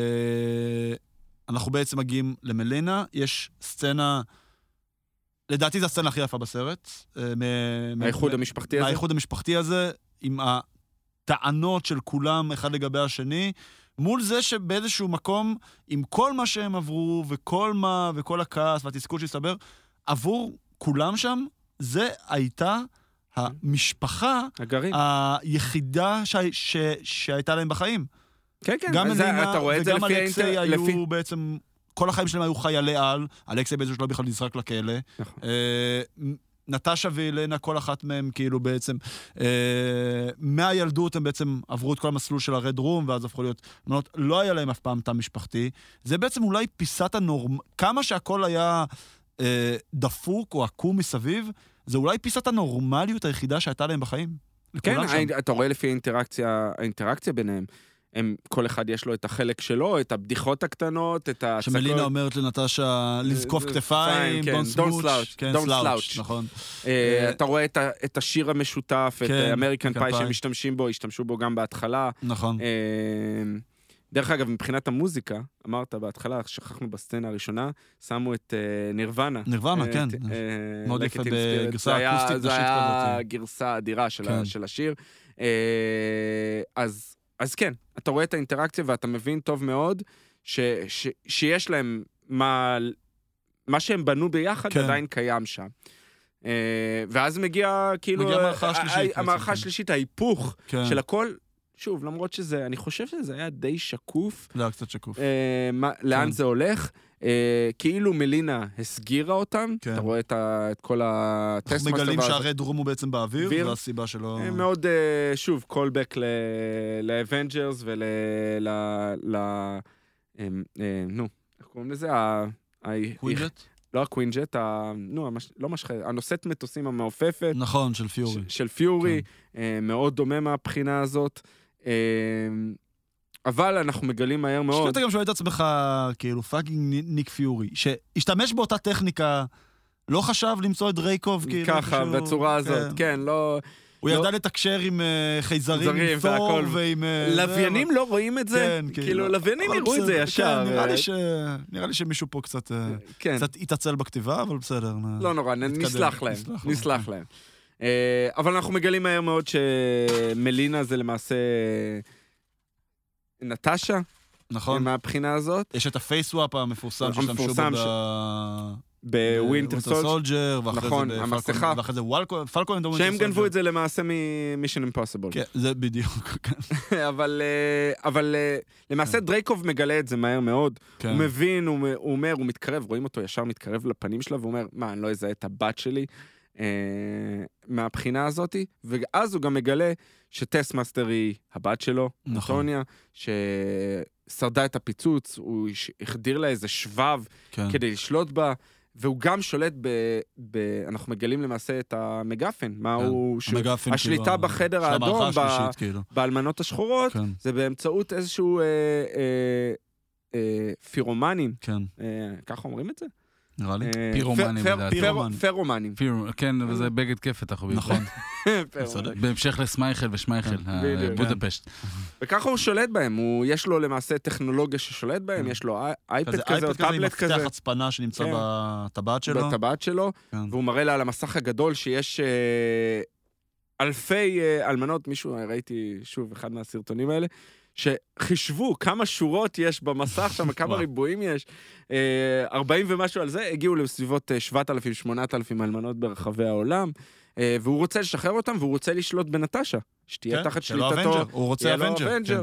אנחנו בעצם מגיעים למלינה, יש סצנה, לדעתי זו הסצנה הכי יפה בסרט. מהאיחוד המשפחתי הזה? מהאיחוד המשפחתי הזה, עם ה... טענות של כולם אחד לגבי השני, מול זה שבאיזשהו מקום, עם כל מה שהם עברו, וכל מה, וכל הכעס והתסכול שהסתבר, עבור כולם שם, זה הייתה המשפחה הגרעין. היחידה ש... ש... שהייתה להם בחיים. כן, כן. גם אלינה וגם אלכסי היו לפי... בעצם, כל החיים שלהם היו חיילי על, אלכסי באיזשהו שלב בכלל נזרק לכלא. נכון. אה, נטשה ואילנה, כל אחת מהם כאילו בעצם, אה, מהילדות הם בעצם עברו את כל המסלול של הרד רום, ואז הפכו להיות, מנות, לא היה להם אף פעם תא משפחתי. זה בעצם אולי פיסת הנורמ... כמה שהכל היה אה, דפוק או עקום מסביב, זה אולי פיסת הנורמליות היחידה שהייתה להם בחיים. כן, אתה רואה לפי האינטראקציה, האינטראקציה ביניהם. הם, כל אחד יש לו את החלק שלו, את הבדיחות הקטנות, את ההצקות. שמלינה אומרת לנטשה לזקוף כתפיים, don't slouch, don't slouch, נכון. אתה רואה את השיר המשותף, את אמריקן פאי שהם משתמשים בו, השתמשו בו גם בהתחלה. נכון. דרך אגב, מבחינת המוזיקה, אמרת בהתחלה, שכחנו בסצנה הראשונה, שמו את נירוונה. נירוונה, כן. מאוד יפה בגרסה אקוסטית נשית כזאת. זה היה גרסה אדירה של השיר. אז... אז כן, אתה רואה את האינטראקציה ואתה מבין טוב מאוד ש, ש, שיש להם מה, מה שהם בנו ביחד כן. עדיין קיים שם. ואז מגיע כאילו... מגיע המערכה השלישית. המערכה השלישית, ההיפוך כן. של הכל. שוב, למרות שזה, אני חושב שזה היה די שקוף. זה היה קצת שקוף. מה, לאן כן. זה הולך. כאילו מלינה הסגירה אותם, כן. אתה רואה את, ה, את כל הטסט אנחנו מגלים שהרד רום הוא בעצם באוויר, והסיבה שלו... מאוד, שוב, קולבק לאבנג'רס ול... ל... ל... נו, איך קוראים לזה? קווינג'ט? לא הקווינג'ט, נו, לא משחק, הנושאת מטוסים המעופפת. נכון, של פיורי. של פיורי, מאוד דומה מהבחינה הזאת. אבל אנחנו מגלים מהר מאוד. שאתה גם שואל את עצמך, כאילו, פאקינג ניק פיורי, שהשתמש באותה טכניקה, לא חשב למצוא את דרייקוב, כאילו... ככה, בצורה הזאת, כן, לא... הוא ידע לתקשר עם חייזרים, עם תור ועם... לוויינים לא רואים את זה? כאילו, לוויינים יראו את זה ישר. נראה לי שמישהו פה קצת התעצל בכתיבה, אבל בסדר. לא נורא, נסלח להם. נסלח להם. אבל אנחנו מגלים מהר מאוד שמלינה זה למעשה... נטשה, נכון. מהבחינה הזאת. יש את הפייסוואפ המפורסם ששתמשו בו בווינטר סולג'ר, נכון, המסכה. ואחרי זה פלקון. שהם גנבו את זה למעשה מ-Mission Impossible. כן, זה בדיוק. אבל למעשה דרייקוב מגלה את זה מהר מאוד. הוא מבין, הוא אומר, הוא מתקרב, רואים אותו ישר מתקרב לפנים שלה, והוא אומר, מה, אני לא אזהה את הבת שלי מהבחינה הזאת, ואז הוא גם מגלה שטסטמאסטר היא הבת שלו, אנטוניה, ששרדה את הפיצוץ, הוא החדיר לה איזה שבב כדי לשלוט בה, והוא גם שולט ב... אנחנו מגלים למעשה את המגפן, מה הוא... השליטה בחדר האדום, באלמנות השחורות, זה באמצעות איזשהו פירומנים. ככה אומרים את זה? נראה לי. פירומנים. פירומנים. כן, וזה בגד כיפת, אנחנו נכון. בהמשך לסמייכל ושמייכל, בודפשט. וככה הוא שולט בהם, יש לו למעשה טכנולוגיה ששולט בהם, יש לו אייפד כזה או טאבלט כזה. מפתח הצפנה שנמצא בטבעת שלו. בטבעת שלו, והוא מראה לה על המסך הגדול שיש אלפי אלמנות, מישהו, ראיתי שוב אחד מהסרטונים האלה, שחישבו כמה שורות יש במסך שם, כמה ריבועים יש, ארבעים ומשהו על זה, הגיעו לסביבות שבעת אלפים, שמונת אלפים אלמנות ברחבי העולם, והוא רוצה לשחרר אותם, והוא רוצה לשלוט בנטשה, שתהיה תחת שליטתו. הוא רוצה אבנג'ר.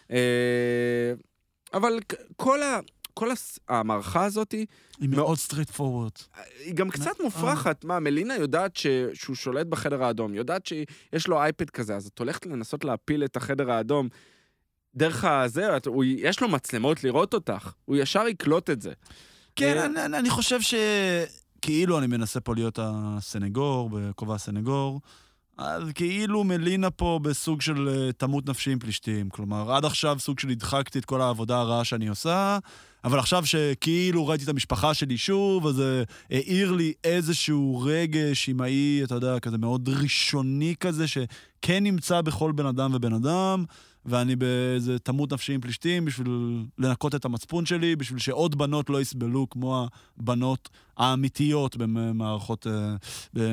אבל כל ה... כל המערכה הזאת היא מאוד סטריט פורוורד. היא גם קצת מופרכת. מה, מלינה יודעת שהוא שולט בחדר האדום, יודעת שיש לו אייפד כזה, אז את הולכת לנסות להפיל את החדר האדום, דרך הזה, יש לו מצלמות לראות אותך, הוא ישר יקלוט את זה. כן, אני חושב שכאילו אני מנסה פה להיות הסנגור, בכובע הסנגור, אז כאילו מלינה פה בסוג של תמות נפשי עם פלישתים, כלומר, עד עכשיו סוג של הדחקתי את כל העבודה הרעה שאני עושה, אבל עכשיו שכאילו ראיתי את המשפחה שלי שוב, אז העיר לי איזשהו רגש אמאי, אתה יודע, כזה מאוד ראשוני כזה, שכן נמצא בכל בן אדם ובן אדם, ואני באיזה תמות נפשי עם פלישתים, בשביל לנקות את המצפון שלי, בשביל שעוד בנות לא יסבלו כמו הבנות האמיתיות במערכות...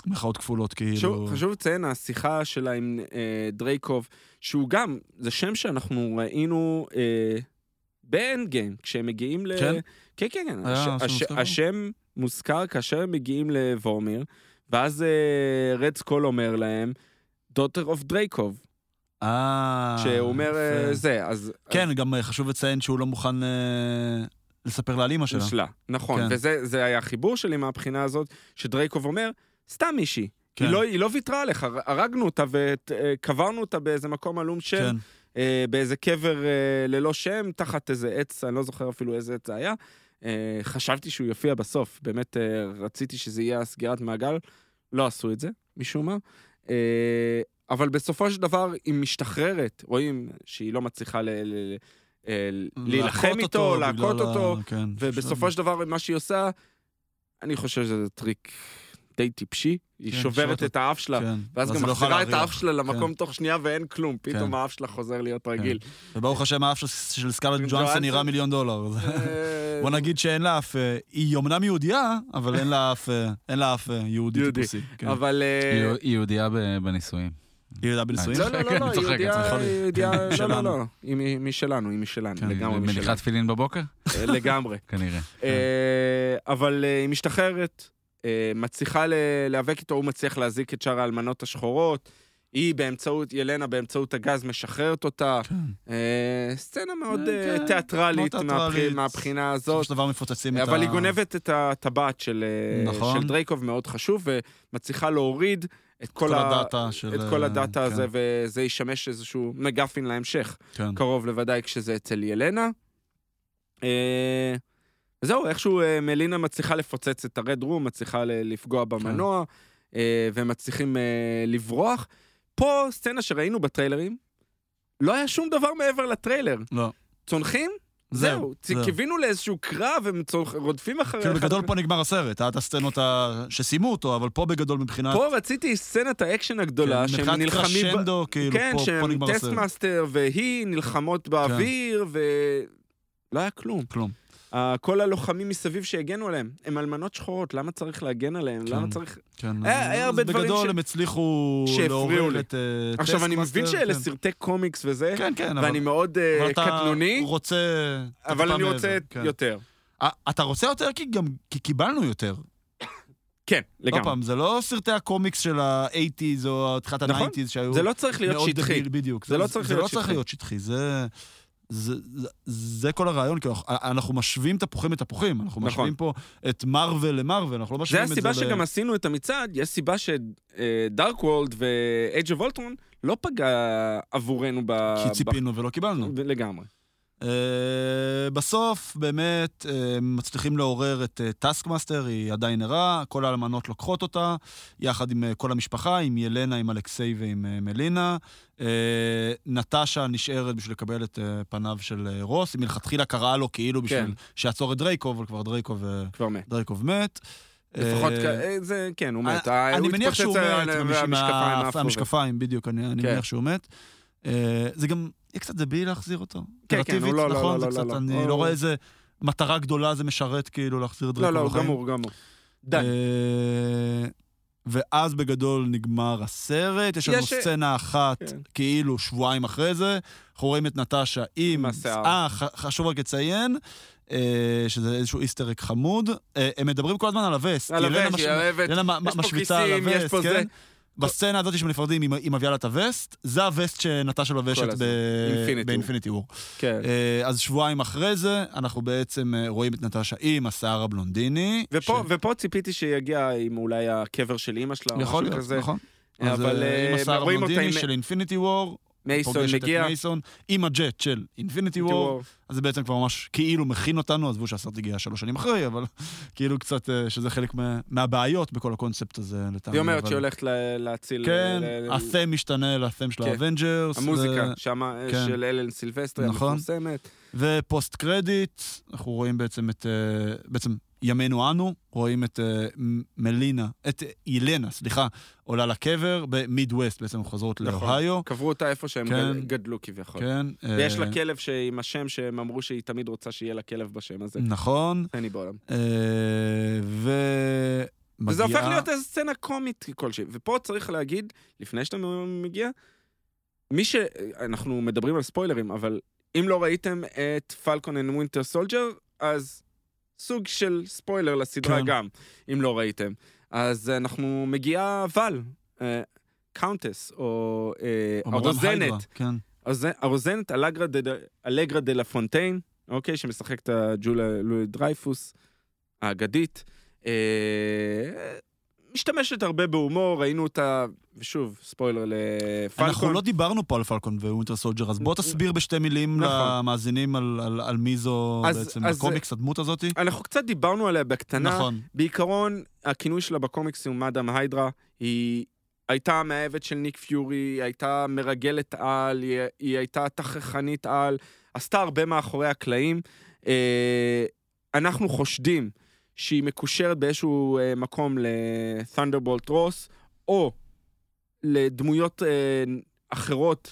מחאות כפולות כאילו. חשוב לציין, השיחה שלה עם דרייקוב, שהוא גם, זה שם שאנחנו ראינו באנד גיים, כשהם מגיעים ל... כן? כן, כן, כן. השם מוזכר כאשר הם מגיעים לוורמיר, ואז רד סקול אומר להם, daughter of דרייקוב. אה... שהוא אומר זה, אז... כן, גם חשוב לציין שהוא לא מוכן לספר לה על אמא שלה. שלה, נכון. וזה היה החיבור שלי מהבחינה הזאת, שדרייקוב אומר, סתם מישהי. היא לא ויתרה עליך, הרגנו אותה וקברנו אותה באיזה מקום עלום שם, באיזה קבר ללא שם, תחת איזה עץ, אני לא זוכר אפילו איזה עץ זה היה. חשבתי שהוא יופיע בסוף, באמת רציתי שזה יהיה סגירת מעגל, לא עשו את זה, משום מה. אבל בסופו של דבר, היא משתחררת, רואים שהיא לא מצליחה להילחם איתו, להכות אותו, ובסופו של דבר, מה שהיא עושה, אני חושב שזה טריק די טיפשי, היא שוברת את האף שלה, ואז גם מחזירה את האף שלה למקום תוך שנייה ואין כלום, פתאום האף שלה חוזר להיות רגיל. וברוך השם, האף של סקארלט ג'ואנסון נראה מיליון דולר. בוא נגיד שאין לה אף, היא אומנם יהודייה, אבל אין לה אף יהודי טיפוסי. היא יהודייה בנישואים. היא יהודייה בנישואים? לא, לא, לא, היא יהודייה, לא, לא, לא, היא משלנו, היא משלנו, לגמרי משלנו. מניחת תפילין בבוקר? לגמרי. כנראה. אבל היא משתחררת, מצליחה להיאבק איתו, הוא מצליח להזיק את שאר האלמנות השחורות, היא באמצעות, ילנה באמצעות הגז משחררת אותה, סצנה מאוד תיאטרלית מהבחינה הזאת, אבל היא גונבת את הטבעת של דרייקוב מאוד חשוב, ומצליחה להוריד את כל הדאטה הזה, וזה ישמש איזשהו מגפין להמשך, קרוב לוודאי כשזה אצל ילנה. וזהו, איכשהו מלינה מצליחה לפוצץ את הרד רום, מצליחה לפגוע במנוע, ומצליחים לברוח. פה סצנה שראינו בטריילרים, לא היה שום דבר מעבר לטריילר. לא. צונחים? זהו. קיווינו לאיזשהו קרב, הם רודפים אחרי... כאילו בגדול פה נגמר הסרט, היה את הסצנות שסיימו אותו, אבל פה בגדול מבחינת... פה רציתי סצנת האקשן הגדולה, שהם נלחמים... מבחינת קרשנדו, כאילו פה נגמר הסרט. כן, שהם טסטמאסטר, והיא נלחמות באוויר, ולא היה כלום. כלום. כל הלוחמים מסביב שהגנו עליהם, הם אלמנות שחורות, למה צריך להגן עליהם? למה צריך... כן, בגדול הם הצליחו לעורר את... עכשיו, אני מבין שאלה סרטי קומיקס וזה, ואני מאוד קטנוני, אבל אני רוצה יותר. אתה רוצה יותר כי קיבלנו יותר. כן, לגמרי. לא פעם, זה לא סרטי הקומיקס של ה-שמונים או תחילת ה-תשעים שהיו... זה לא צריך להיות שטחי. בדיוק. זה לא צריך להיות שטחי, זה... זה, זה, זה כל הרעיון, כי אנחנו משווים תפוחים לתפוחים, אנחנו נכון. משווים פה את מרוול למרוול, אנחנו לא משווים את זה... זה הסיבה שגם ל... עשינו את המצעד, יש סיבה שדארק וורלד ו-Age of Ultron לא פגע עבורנו ב... כי ציפינו ב... ולא קיבלנו. לגמרי. Uh, בסוף באמת uh, מצליחים לעורר את טאסקמאסטר, uh, היא עדיין נראה, כל האלמנות לוקחות אותה, יחד עם uh, כל המשפחה, עם ילנה, עם אלכסיי ועם uh, מלינה. Uh, נטשה נשארת בשביל לקבל את uh, פניו של uh, רוס, היא מלכתחילה קראה לו כאילו בשביל כן. שיעצור את דרייקוב, אבל כבר דרייקוב, כבר מת. דרייקוב מת. לפחות, uh, זה, כן, הוא מת. אני מניח שהוא מת, המשקפיים, בדיוק, אני מניח שהוא מת. זה גם... יהיה קצת דביל להחזיר אותו. כן, כן, הוא לא, לא, לא, לא. אני לא רואה איזה מטרה גדולה זה משרת כאילו להחזיר דרייקוב לחיים. לא, לא, גמור, גמור. די. ואז בגדול נגמר הסרט, יש לנו סצנה אחת, כאילו שבועיים אחרי זה, אנחנו רואים את נטשה עם... אה, חשוב רק לציין, שזה איזשהו איסטרק חמוד, הם מדברים כל הזמן על הווסט. על הווסט, היא אוהבת, יש פה כיסים, יש פה זה. בסצנה הזאת שמנפרדים, היא מביאה לה את הווסט, זה הווסט שנטשה לובשת באינפיניטי וור. אז שבועיים אחרי זה, אנחנו בעצם רואים את נטשה עם השיער הבלונדיני. ופה ציפיתי שיגיע עם אולי הקבר של אמא שלה, או משהו כזה. נכון, אז עם השיער הבלונדיני של אינפיניטי וור, מייסון מגיע. מייסון, עם הג'ט של אינפיניטי וור, אז זה בעצם כבר ממש כאילו מכין אותנו, עזבו שהסרט הגיע שלוש שנים אחרי, אבל כאילו קצת שזה חלק מהבעיות בכל הקונספט הזה. היא אומרת שהיא הולכת להציל... כן, הת'ם משתנה לת'ם של האבנג'רס. המוזיקה של אלן סילבסטרי המפורסמת. ופוסט קרדיט, אנחנו רואים בעצם את... בעצם ימינו אנו, רואים את uh, מלינה, את ילנה, סליחה, עולה לקבר במידווסט, בעצם חוזרות לאוהיו. קברו אותה איפה שהם כן, גדלו כביכול. כן. ויש uh, לה כלב עם השם שהם אמרו שהיא תמיד רוצה שיהיה לה כלב בשם הזה. נכון. אני בעולם. Uh, מגיעה... וזה הופך להיות איזו סצנה קומית כלשהי. ופה צריך להגיד, לפני שאתה מגיע, מי ש... אנחנו מדברים על ספוילרים, אבל אם לא ראיתם את פלקון אנד ווינטר סולג'ר, אז סוג של ספוילר לסדרה כן. גם, אם לא ראיתם. אז אנחנו מגיעה ול, קאונטס, או הרוזנת. כן. הרוזנת, אלגרה דה לה פונטיין, אוקיי, שמשחק את הג'ולה לואי דרייפוס, האגדית. משתמשת הרבה בהומור, ראינו אותה, ושוב, ספוילר לפלקון. אנחנו לא דיברנו פה על פלקון ווינטר סולג'ר, אז בוא תסביר בשתי מילים למאזינים על מי זו בעצם הקומיקס, הדמות הזאת. אנחנו קצת דיברנו עליה בקטנה. בעיקרון, הכינוי שלה בקומיקס הוא מאדם היידרה, היא הייתה מאהבת של ניק פיורי, היא הייתה מרגלת על, היא הייתה תככנית על, עשתה הרבה מאחורי הקלעים. אנחנו חושדים שהיא מקושרת באיזשהו אה, מקום לת'נדרבולט רוס, או לדמויות אה, אחרות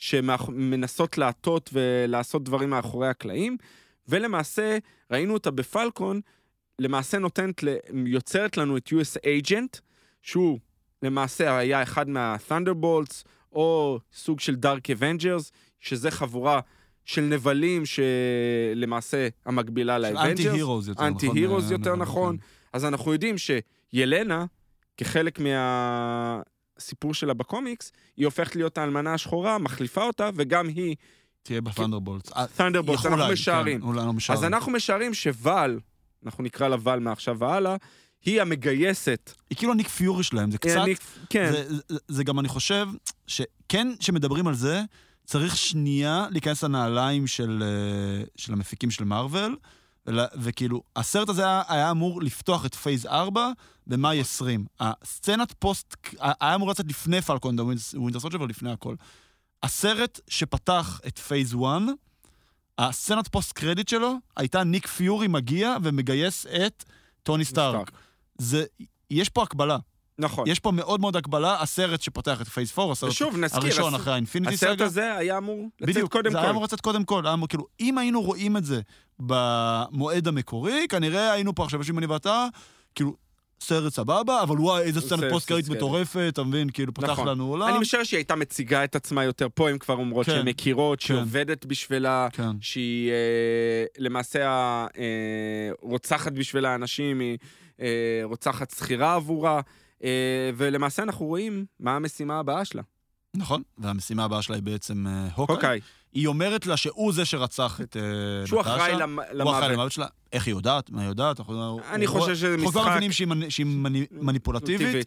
שמנסות לעטות ולעשות דברים מאחורי הקלעים, ולמעשה ראינו אותה בפלקון, למעשה נותנת, יוצרת לנו את יו אס Agent, שהוא למעשה היה אחד מה-Thunderbolts, או סוג של Dark Avengers, שזה חבורה של נבלים שלמעשה המקבילה לאבנג'רס. אנטי-הירוז יותר נכון. אנטי-הירוז יותר נכון. אז אנחנו יודעים שילנה, כחלק מהסיפור שלה בקומיקס, היא הופכת להיות האלמנה השחורה, מחליפה אותה, וגם היא... תהיה בת'נדרבולטס. ת'נדרבולטס, אנחנו משערים. אז אנחנו משערים שוואל, אנחנו נקרא לה ואל מעכשיו והלאה, היא המגייסת. היא כאילו הניק פיורי שלהם, זה קצת... כן. זה גם, אני חושב, שכן, שמדברים על זה, צריך שנייה להיכנס לנעליים של, של המפיקים של מארוול, וכאילו, הסרט הזה היה אמור לפתוח את פייז ארבע במאי עשרים. הסצנת פוסט, היה אמור לצאת לפני פלקון ווינטר סולג'ר ולפני הכל. הסרט שפתח את פייז אחת, הסצנת פוסט קרדיט שלו, הייתה ניק פיורי מגיע ומגייס את טוני סטארק. זה, יש פה הקבלה. נכון. יש פה מאוד מאוד הקבלה, הסרט שפותח את פייס ארבע, הסרט הראשון אחרי האינפיניטי סאגה. הסרט הזה היה אמור לצאת קודם כל. זה היה אמור לצאת קודם כל. כאילו, אם היינו רואים את זה במועד המקורי, כנראה היינו פה עכשיו, אם אני ואתה, כאילו, סרט סבבה, אבל וואי, איזה סצנת פוסט קרדיט מטורפת, אתה מבין, כאילו, פתח לנו עולם. אני משער שהיא הייתה מציגה את עצמה יותר פה, הם כבר אומרות שהן מכירות, שהיא עובדת בשבילה, שהיא למעשה רוצחת בשביל האנשים, היא רוצחת שכירה עבורה, ולמעשה אנחנו רואים מה המשימה הבאה שלה. נכון, והמשימה הבאה שלה היא בעצם הוקאי. היא אומרת לה שהוא זה שרצח את נטשה. שהוא אחראי למוות. הוא אחראי למוות שלה. איך היא יודעת? מה היא יודעת? אני חושב שזה משחק... אנחנו כבר מבינים שהיא מניפולטיבית.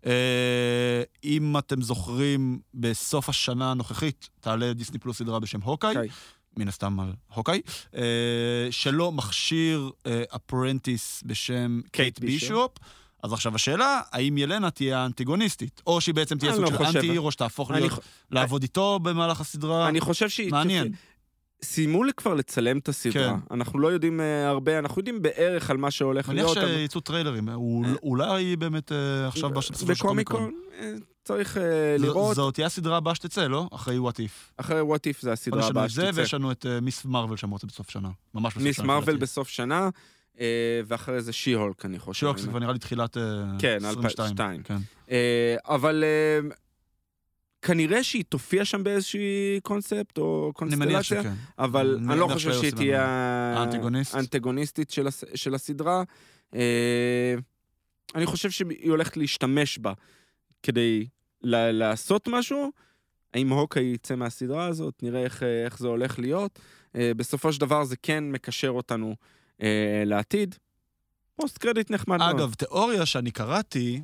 אם אתם זוכרים, בסוף השנה הנוכחית, תעלה דיסני פלוס סדרה בשם הוקאי, מן הסתם על הוקאי, שלא מכשיר אפרנטיס בשם קייט בישופ. אז עכשיו השאלה, האם ילנה תהיה האנטיגוניסטית, או שהיא בעצם תהיה סוג של אנטי-הירו, שתהפוך לעבוד איתו במהלך הסדרה? אני חושב שהיא... מעניין. סיימו כבר לצלם את הסדרה. אנחנו לא יודעים הרבה, אנחנו יודעים בערך על מה שהולך להיות. מניח שיצאו טריילרים, אולי באמת עכשיו בסופו של קומיקון. צריך לראות. זאת תהיה הסדרה הבאה שתצא, לא? אחרי What If. אחרי What If זה הסדרה הבאה שתצא. ויש לנו את מיס מרוול שאמרת בסוף שנה. ממש בסוף שנה. מיס מרוול בסוף שנה. ואחרי זה שי-הולק, אני חושב. שי-הולק זה כבר נראה לי תחילת עשרים ושתיים. כן, אבל כנראה שהיא תופיע שם באיזושהי קונספט או קונסטלציה, אבל אני לא חושב שהיא תהיה האנטגוניסטית של הסדרה. אני חושב שהיא הולכת להשתמש בה כדי לעשות משהו. האם הוקאי יצא מהסדרה הזאת, נראה איך זה הולך להיות. בסופו של דבר זה כן מקשר אותנו לעתיד. פוסט קרדיט נחמד מאוד. אגב, תיאוריה שאני קראתי,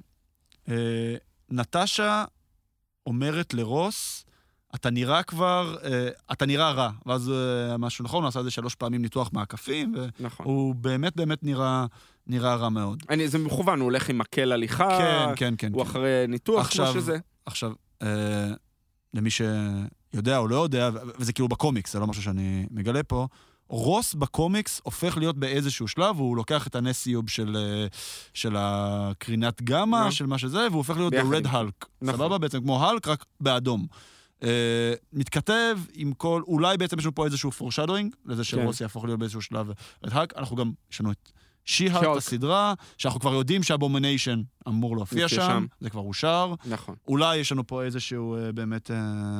נטשה אומרת לרוס, אתה נראה כבר, אתה נראה רע, ואז משהו נכון, הוא עשה את זה שלוש פעמים ניתוח מעקפים, והוא באמת באמת נראה, נראה רע מאוד. אני, זה מכוון, הוא הולך עם מקל הליכה, כן, כן, כן. הוא אחרי ניתוח, עכשיו, כמו שזה. עכשיו, למי שיודע או לא יודע, וזה כאילו בקומיקס, זה לא משהו שאני מגלה פה, רוס בקומיקס הופך להיות באיזשהו שלב, הוא לוקח את הנסיוב של, של הקרינת גמה, של מה שזה, והוא הופך להיות רד הלק. סבבה? בעצם כמו הלק, רק באדום. מתכתב עם כל, אולי בעצם יש לנו פה איזשהו פורשדוינג, לזה שרוס יהפוך להיות באיזשהו שלב רד הלק. אנחנו גם, יש לנו את שי-הלק הסדרה, שאנחנו כבר יודעים שהאבומניישן אמור להופיע שם, שם, זה כבר אושר. נכון. אולי יש לנו פה איזשהו באמת...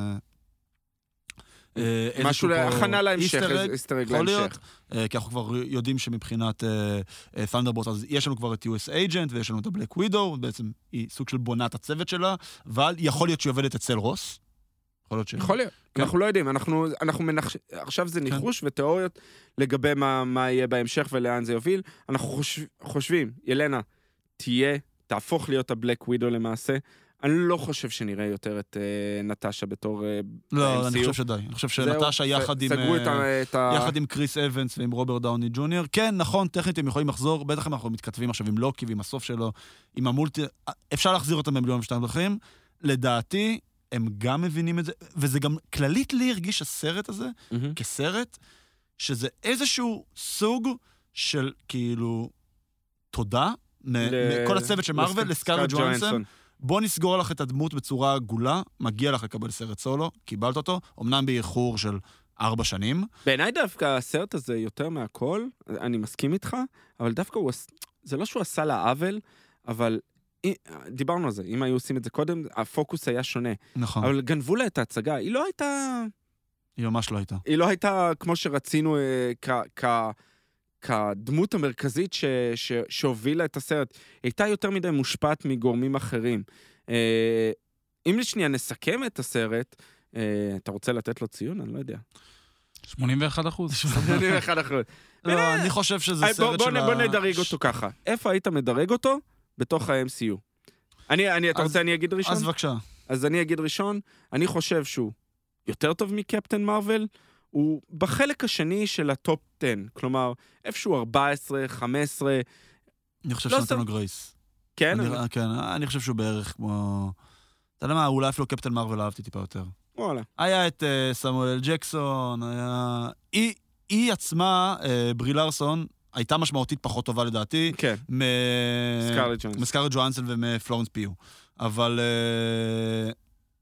משהו להכנה להמשך, איסטרג להמשך. כי אנחנו כבר יודעים שמבחינת Thunderbolt, אז יש לנו כבר את יו אס Agent, ויש לנו את ה-Black Widow, בעצם היא סוג של בונת הצוות שלה, אבל יכול להיות שהיא עובדת אצל רוס. יכול להיות ש... יכול להיות. אנחנו לא יודעים, אנחנו מנחש... עכשיו זה ניחוש ותיאוריות לגבי מה יהיה בהמשך ולאן זה יוביל. אנחנו חושבים, ילנה, תהיה, תהפוך להיות ה-Black Widow למעשה, אני לא חושב שנראה יותר את uh, נטשה בתור... Uh, לא, אני חושב שדי. אני חושב שנטשה יחד עם... סגרו את ה... יחד עם קריס אבנס ועם רוברט דאוני ג'וניור. כן, נכון, טכנית הם יכולים לחזור, בטח אם אנחנו מתכתבים עכשיו עם לוקי ועם הסוף שלו, עם המולטי... אפשר להחזיר אותם במיליון ושתיים דרכים. לדעתי, הם גם מבינים את זה, וזה גם כללית לי הרגיש הסרט הזה, mm-hmm. כסרט, שזה איזשהו סוג של כאילו תודה, ל... מכל הצוות של מרוול, לסקארלט ג'ואנסון. בוא נסגור לך את הדמות בצורה עגולה, מגיע לך לקבל סרט סולו, קיבלת אותו, אמנם באיחור של ארבע שנים. בעיניי דווקא הסרט הזה יותר מהכל, אני מסכים איתך, אבל דווקא הוא, זה לא שהוא עשה לה עוול, אבל דיברנו על זה, אם היו עושים את זה קודם, הפוקוס היה שונה. נכון. אבל גנבו לה את ההצגה, היא לא הייתה... היא ממש לא הייתה. היא לא הייתה כמו שרצינו כ... כ... כדמות המרכזית ש, ש, שהובילה את הסרט, הייתה יותר מדי מושפעת מגורמים אחרים. אה, אם לשנייה נסכם את הסרט, אה, אתה רוצה לתת לו ציון? אני לא יודע. שמונים ואחד אחוז. שמונים ואחד אחוז. לא, אני חושב שזה סרט של ה... בוא נדרג אותו ככה. איפה היית מדרג אותו? בתוך ה-אם סי יו. אני, אני, אתה רוצה אני אגיד ראשון? אז בבקשה. אז אני אגיד ראשון, אני חושב שהוא יותר טוב מקפטן מרוול, הוא בחלק השני של הטופ עשר, כלומר, איפשהו ארבע עשרה, חמש עשרה... אני חושב שנתן לו גרייס. כן? אני, כן, אני חושב שהוא בערך כמו... אתה יודע מה, אולי אפילו קפטן מרוול אהבתי טיפה יותר. וואלה. היה את uh, סמואל ג'קסון, היה... היא, היא עצמה, uh, ברי לארסון, הייתה משמעותית פחות טובה לדעתי. כן. מ... סקארלט ג'ואנסון. מסקארלט ג'ואנסון ומפלורנס פיו. אבל... Uh...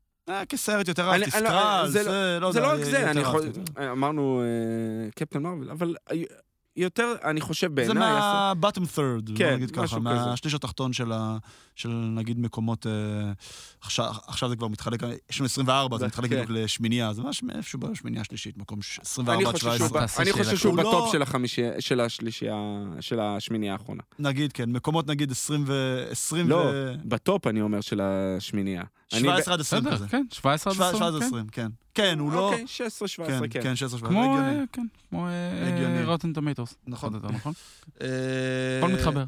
כסרט יותר אהבתי, סקרל, זה לא רק זה, אמרנו קפטן מרוול, אבל יותר, אני חושב בעיניי... זה מה-bottom third, נגיד ככה, מהשליש התחתון של נגיד מקומות, עכשיו זה כבר מתחלק, יש לנו עשרים וארבע, זה מתחלק לשמינייה, זה ממש איפשהו בשמינייה השלישית, מקום עשרים וארבע עד שבע עשרה. אני חושב שהוא בטופ של השלישייה, של השמינייה האחרונה. נגיד, כן, מקומות נגיד עשרים ו... לא, בטופ אני אומר של השמינייה. שבע עשרה עד עשרים כזה. כן, שבע עשרה עד עשרים, כן. כן, הוא לא... אוקיי, שש עשרה שבע עשרה, כן. כן, שש עשרה שבע עשרה, הגיוני. כן, כמו רוטן טומטוס. נכון. נכון? הכל מתחבר.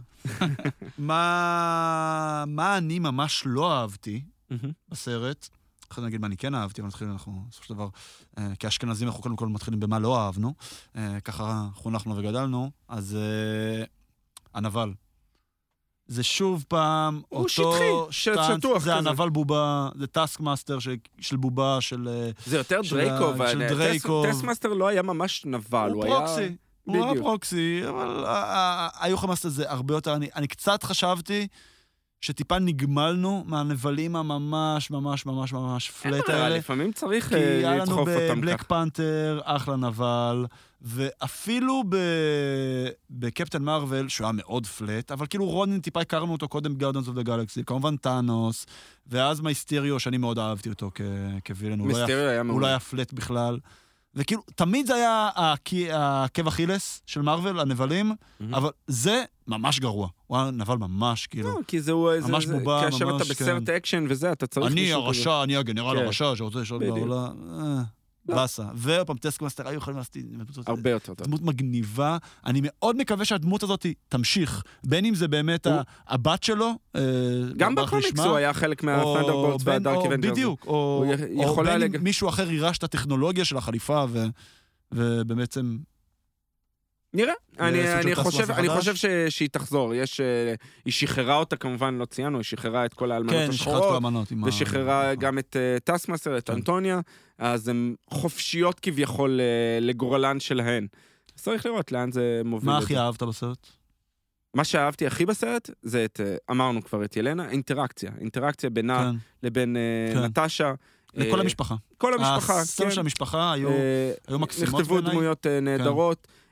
מה אני ממש לא אהבתי בסרט, אחרי נגיד מה אני כן אהבתי, אבל נתחיל, אנחנו, בסופו של דבר, כאשכנזים אנחנו קודם כל מתחילים במה לא אהבנו, ככה חונכנו וגדלנו, אז הנבל. זה שוב פעם, הוא שטחי, שטוח זה הנבל בובה, זה טאסק מאסטר של בובה, של... זה יותר דרייקו, של דרייקו. טאסק מאסטר לא היה ממש נבל, הוא היה... הוא פרוקסי, הוא היה פרוקסי, אבל היוחם מאסטר זה הרבה יותר, אני קצת חשבתי שטיפה נגמלנו מהנבלים הממש ממש ממש ממש פלט האלה. לפעמים צריך לדחוף אותם כך. כי היה לנו בבלק פנתר, אחלה נבל, ואפילו בקפטן מרוול, שהוא היה מאוד פלט, אבל כאילו רונין טיפה הכרנו אותו קודם בגארדיאנס אוף דה גלקסי, כמובן טאנוס, ואז מייסטריו, שאני מאוד אהבתי אותו כווילן, הוא לא היה פלט בכלל. וכאילו, תמיד זה היה העקב אכילס של מרוול, הנבלים, אבל זה ממש גרוע. הוא היה נבל ממש, כאילו. לא, כי זה ממש בובה, ממש, כאשר אתה בסרט אקשן וזה, אתה צריך... אני הרשע, אני הגנרל הרשע, שרוצה לשאול בעולה. בסה. והפעם טסקמאסטר, היו יכולים לעשות... הרבה יותר טוב. דמות מגניבה. אני מאוד מקווה שהדמות הזאת תמשיך. בין אם זה באמת הבת שלו. גם בקומיקס הוא היה חלק מהת'נדרבולטס והדארק אבנג'רס. בדיוק. או בין אם מישהו אחר יירש את הטכנולוגיה של החליפה, ובעצם... נראה. אני חושב, אני חושב שהיא תחזור. יש, היא שחררה אותה, כמובן לא ציינו, היא שחררה את כל האלמנות השחורות, ושחררה גם את טאסקמאסטר, את אנטוניה, אז הן חופשיות כביכול לגורלן שלהן. אז צריך לראות לאן זה מוביל. מה הכי אהבת בסרט? מה שאהבתי הכי בסרט, זה את, אמרנו כבר את ילנה, אינטראקציה. אינטראקציה בינה לבין נטשה. לכל המשפחה. כל המשפחה, כן. הסצנות של המשפחה היו מקסימות. נכתבו דמויות נהדרות.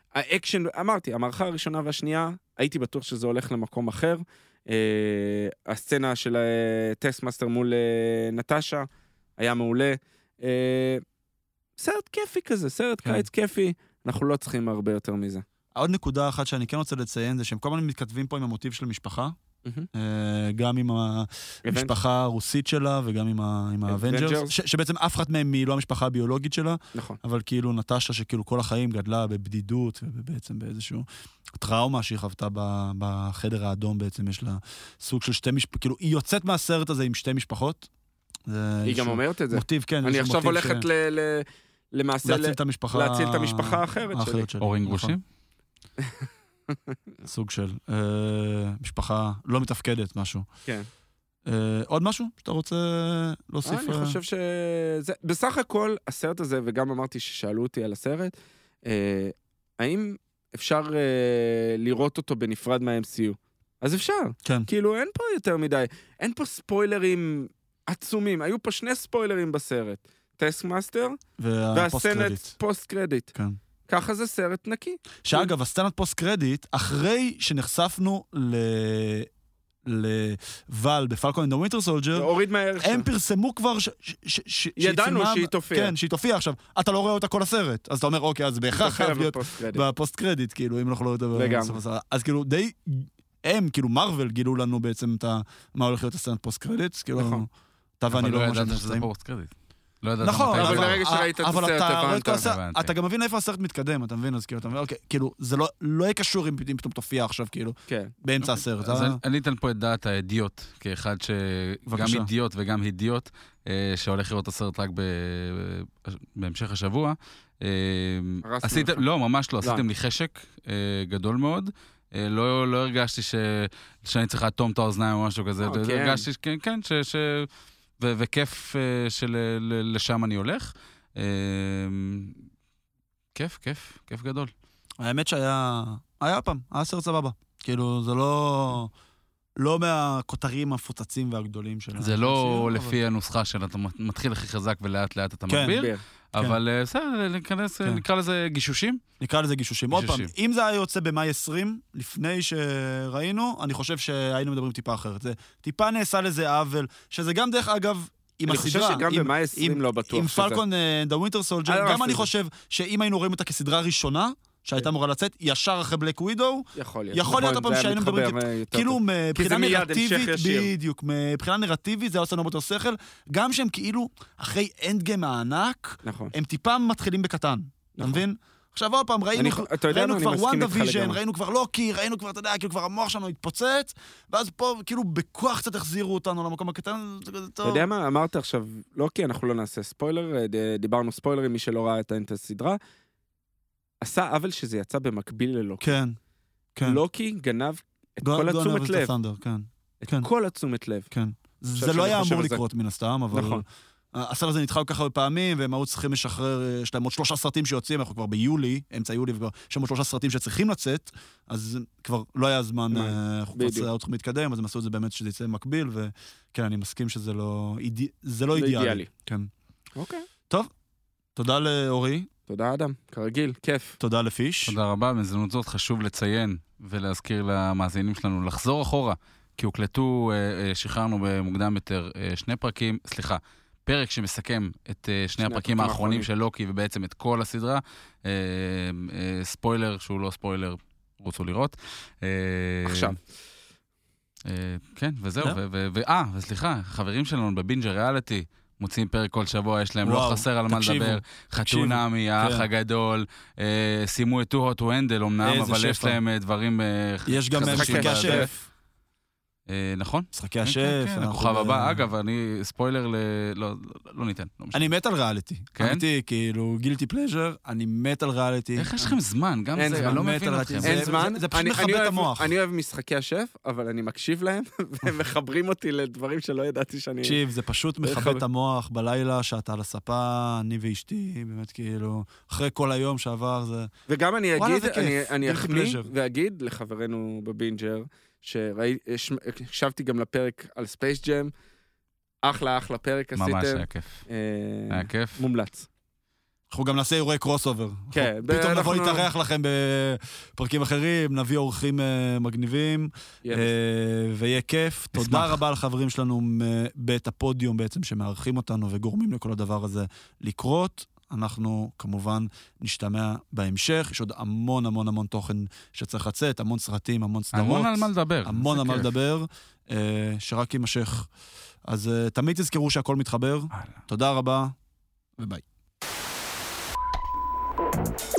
האקשן, אמרתי, המערכה הראשונה והשנייה, הייתי בטוח שזה הולך למקום אחר. הסצנה של טסטמאסטר מול נטשה, היה מעולה. סרט כיפי כזה, סרט קיץ כיפי, אנחנו לא צריכים הרבה יותר מזה. עוד נקודה אחת שאני כן רוצה לציין, זה שהם כל הזמן מתכתבים פה עם המוטיב של המשפחה, גם עם המשפחה הרוסית שלה, וגם עם האבנג'רס, שבעצם אף אחד מהם היא לא המשפחה הביולוגית שלה, אבל כאילו נטשה שכאילו כל החיים גדלה בבדידות, ובעצם באיזשהו טראומה שהיא חוותה בחדר האדום, בעצם יש לה סוג של שתי משפחות, כאילו היא יוצאת מהסרט הזה עם שתי משפחות. היא גם אומרת את זה. מוטיב, כן. אני עכשיו הולכת למעשה להציל את המשפחה להציל את המשפחה האחרת שלי. אורין גרושים? סוג של משפחה לא מתפקדת, משהו. כן. עוד משהו שאתה רוצה להוסיף? אני חושב שזה, בסך הכל, הסרט הזה, וגם אמרתי ששאלו אותי על הסרט, האם אפשר לראות אותו בנפרד מה-אם סי יו? אז אפשר. כן. כאילו, אין פה יותר מדי. אין פה ספוילרים עצומים. היו פה שני ספוילרים בסרט. טסטמאסטר, והסצנת פוסט קרדיט. כן. ככה זה סרט נקי. שאגב, הסצנת פוסט קרדיט, אחרי שנחשפנו ל... לבל בפלקון אנד ווינטר סולג'ר, הם פרסמו כבר ידענו שהיא תופיע. כן, שהיא תופיע עכשיו. אתה לא רואה אותה כל הסרט, אז אתה אומר, אוקיי, אז בהכרח חייב להיות בפוסט קרדיט, כאילו, אם אנחנו לא רואים אותה. אז כאילו, די, הם, כאילו, מרוול גילו לנו בעצם מה הולך להיות הסצנת פוסט קרדיט, כאילו, אתה ואני לא ידעת שזה פוסט קרדיט. נכון, אבל ברגע שראית את הסרט, אתה גם מבין איפה הסרט מתקדם, אתה מבין, אז כאילו, אתה מבין, אוקיי, כאילו, זה לא יהיה קשור אם פתאום תופיע עכשיו, כאילו, באמצע הסרט. אז אני אתן פה את דעת האידיוט, כאחד שגם אידיוט וגם אידיוט, שהולך לראות את הסרט רק בהמשך השבוע. לא, ממש לא, עשיתם לי חשק גדול מאוד, לא הרגשתי שאני צריך לאטום את האוזניים או משהו כזה, הרגשתי, כן, ש... ו- וכיף שלשם אני הולך. כיף, כיף, כיף גדול. האמת שהיה, היה פעם, היה סרט סבבה. כאילו, זה לא, לא מהכותרים המפוצצים והגדולים שלנו. זה לא לפי הנוסחה של אתה מתחיל הכי חזק ולאט לאט אתה מגביר, אבל נקרא לזה גישושים. נקרא לזה גישושים. עוד פעם, אם זה היה יוצא במאי עשרים, לפני שראינו, אני חושב שהיינו מדברים טיפה אחרת. זה טיפה נעשה לזה עוול, שזה גם דרך אגב, עם הסדרה. אני חושב שגם במאי עשרים לא בטוח שזה. עם פלקון אנד ווינטר סולג'ר, גם אני חושב שאם היינו רואים אותה כסדרה ראשונה, שהייתה אמורה לצאת, ישר אחרי בלק ווידו, יכול להיות. יכול להיות הפעם שהיינו מדברים, כאילו מבחינה נרטיבית, בדיוק, מבחינה נרטיבית, זה עושה לנו יותר שכל, גם שהם כאילו, אחרי אנד גיים הענק, הם טיפה מתחילים בקטן, אתה מבין? עכשיו עוד פעם, ראינו כבר וואנדה ויז'ן, ראינו כבר לוקי, ראינו כבר, אתה יודע, כאילו כבר המוח שלנו התפוצץ, ואז פה כאילו בכוח קצת החזירו אותנו למקום הקטן, אתה יודע מה, אמרת עכשיו, לוקי, אנחנו לא נעשה ספוילר, דיברנו ספוילרים, מי שלא ראה את הסדרה, עשה עוול שזה יצא במקביל ללוקי. כן, כן. לוקי גנב את כל התשומת לב. את כל התשומת לב. כן. זה לא היה אמור לקרות מן הסתם, אבל... נכון. הסרט הזה נדחה ככה בפעמים, והם היו צריכים לשחרר, יש להם עוד שלושה סרטים שיוצאים, אנחנו כבר ביולי, אמצע יולי, וכבר יש להם עוד שלושה סרטים שצריכים לצאת, אז כבר לא היה זמן, אנחנו כבר צריכים להתקדם, אז הם עשו את זה באמת שזה יצא במקביל, וכן, אני מסכים שזה לא אידיאלי. כן. אוקיי. טוב, תודה לאורי. תודה אדם, כרגיל, כיף. תודה לפיש. תודה רבה, בהזדמנות זאת חשוב לציין ולהזכיר למאזינים שלנו לחזור אחורה, כי הוקלטו, שחררנו במוקדם יותר שני פרקים, סליחה, פרק שמסכם את שני הפרקים האחרונים של לוקי ובעצם את כל הסדרה. ספוילר שהוא לא ספוילר, רוצו לראות. עכשיו. כן, וזהו. ואה, וסליחה, חברים שלנו בבינג'ר ריאליטי, מוצאים פרק כל שבוע, יש להם לא חסר על מה לדבר, חתונמי, האח הגדול, שימו את טו-הוט טו-הנדל אומנם, אבל יש להם דברים יש גם משחקי השף. נכון? משחקי השף. הכוכב הבא, אגב, אני ספוילר לא ניתן. אני מת על ריאליטי. אמיתי, כאילו, גילטי פלז'ר, אני מת על ריאליטי. איך יש לכם זמן? גם זה, אני לא מבין אתכם. אין זמן. זה פשוט מכבד את המוח. אני אוהב משחקי השף, אבל אני מקשיב להם, והם מחברים אותי לדברים שלא ידעתי שאני... תקשיב, זה פשוט מכבד את המוח בלילה, שאתה על הספה, אני ואשתי, באמת כאילו, אחרי כל היום שעבר זה... וגם אני אגיד, אני אחמיא ואגיד לחברנו בבינג'ר, שהקשבתי גם לפרק על ספייס ג'ם, אחלה אחלה פרק עשיתם. ממש היה כיף. היה כיף. מומלץ. אנחנו גם נעשה אירועי קרוס אובר. כן. פתאום נבוא להתארח לכם בפרקים אחרים, נביא אורחים מגניבים, ויהיה כיף. תודה רבה לחברים שלנו מבית הפודיום בעצם, שמארחים אותנו וגורמים לכל הדבר הזה לקרות. אנחנו כמובן נשתמע בהמשך, יש עוד המון המון המון תוכן שצריך לצאת, המון סרטים, המון סדרות. המון על מה לדבר. המון על מה לדבר, שרק יימשך. אז תמיד תזכרו שהכל מתחבר. תודה רבה, וביי.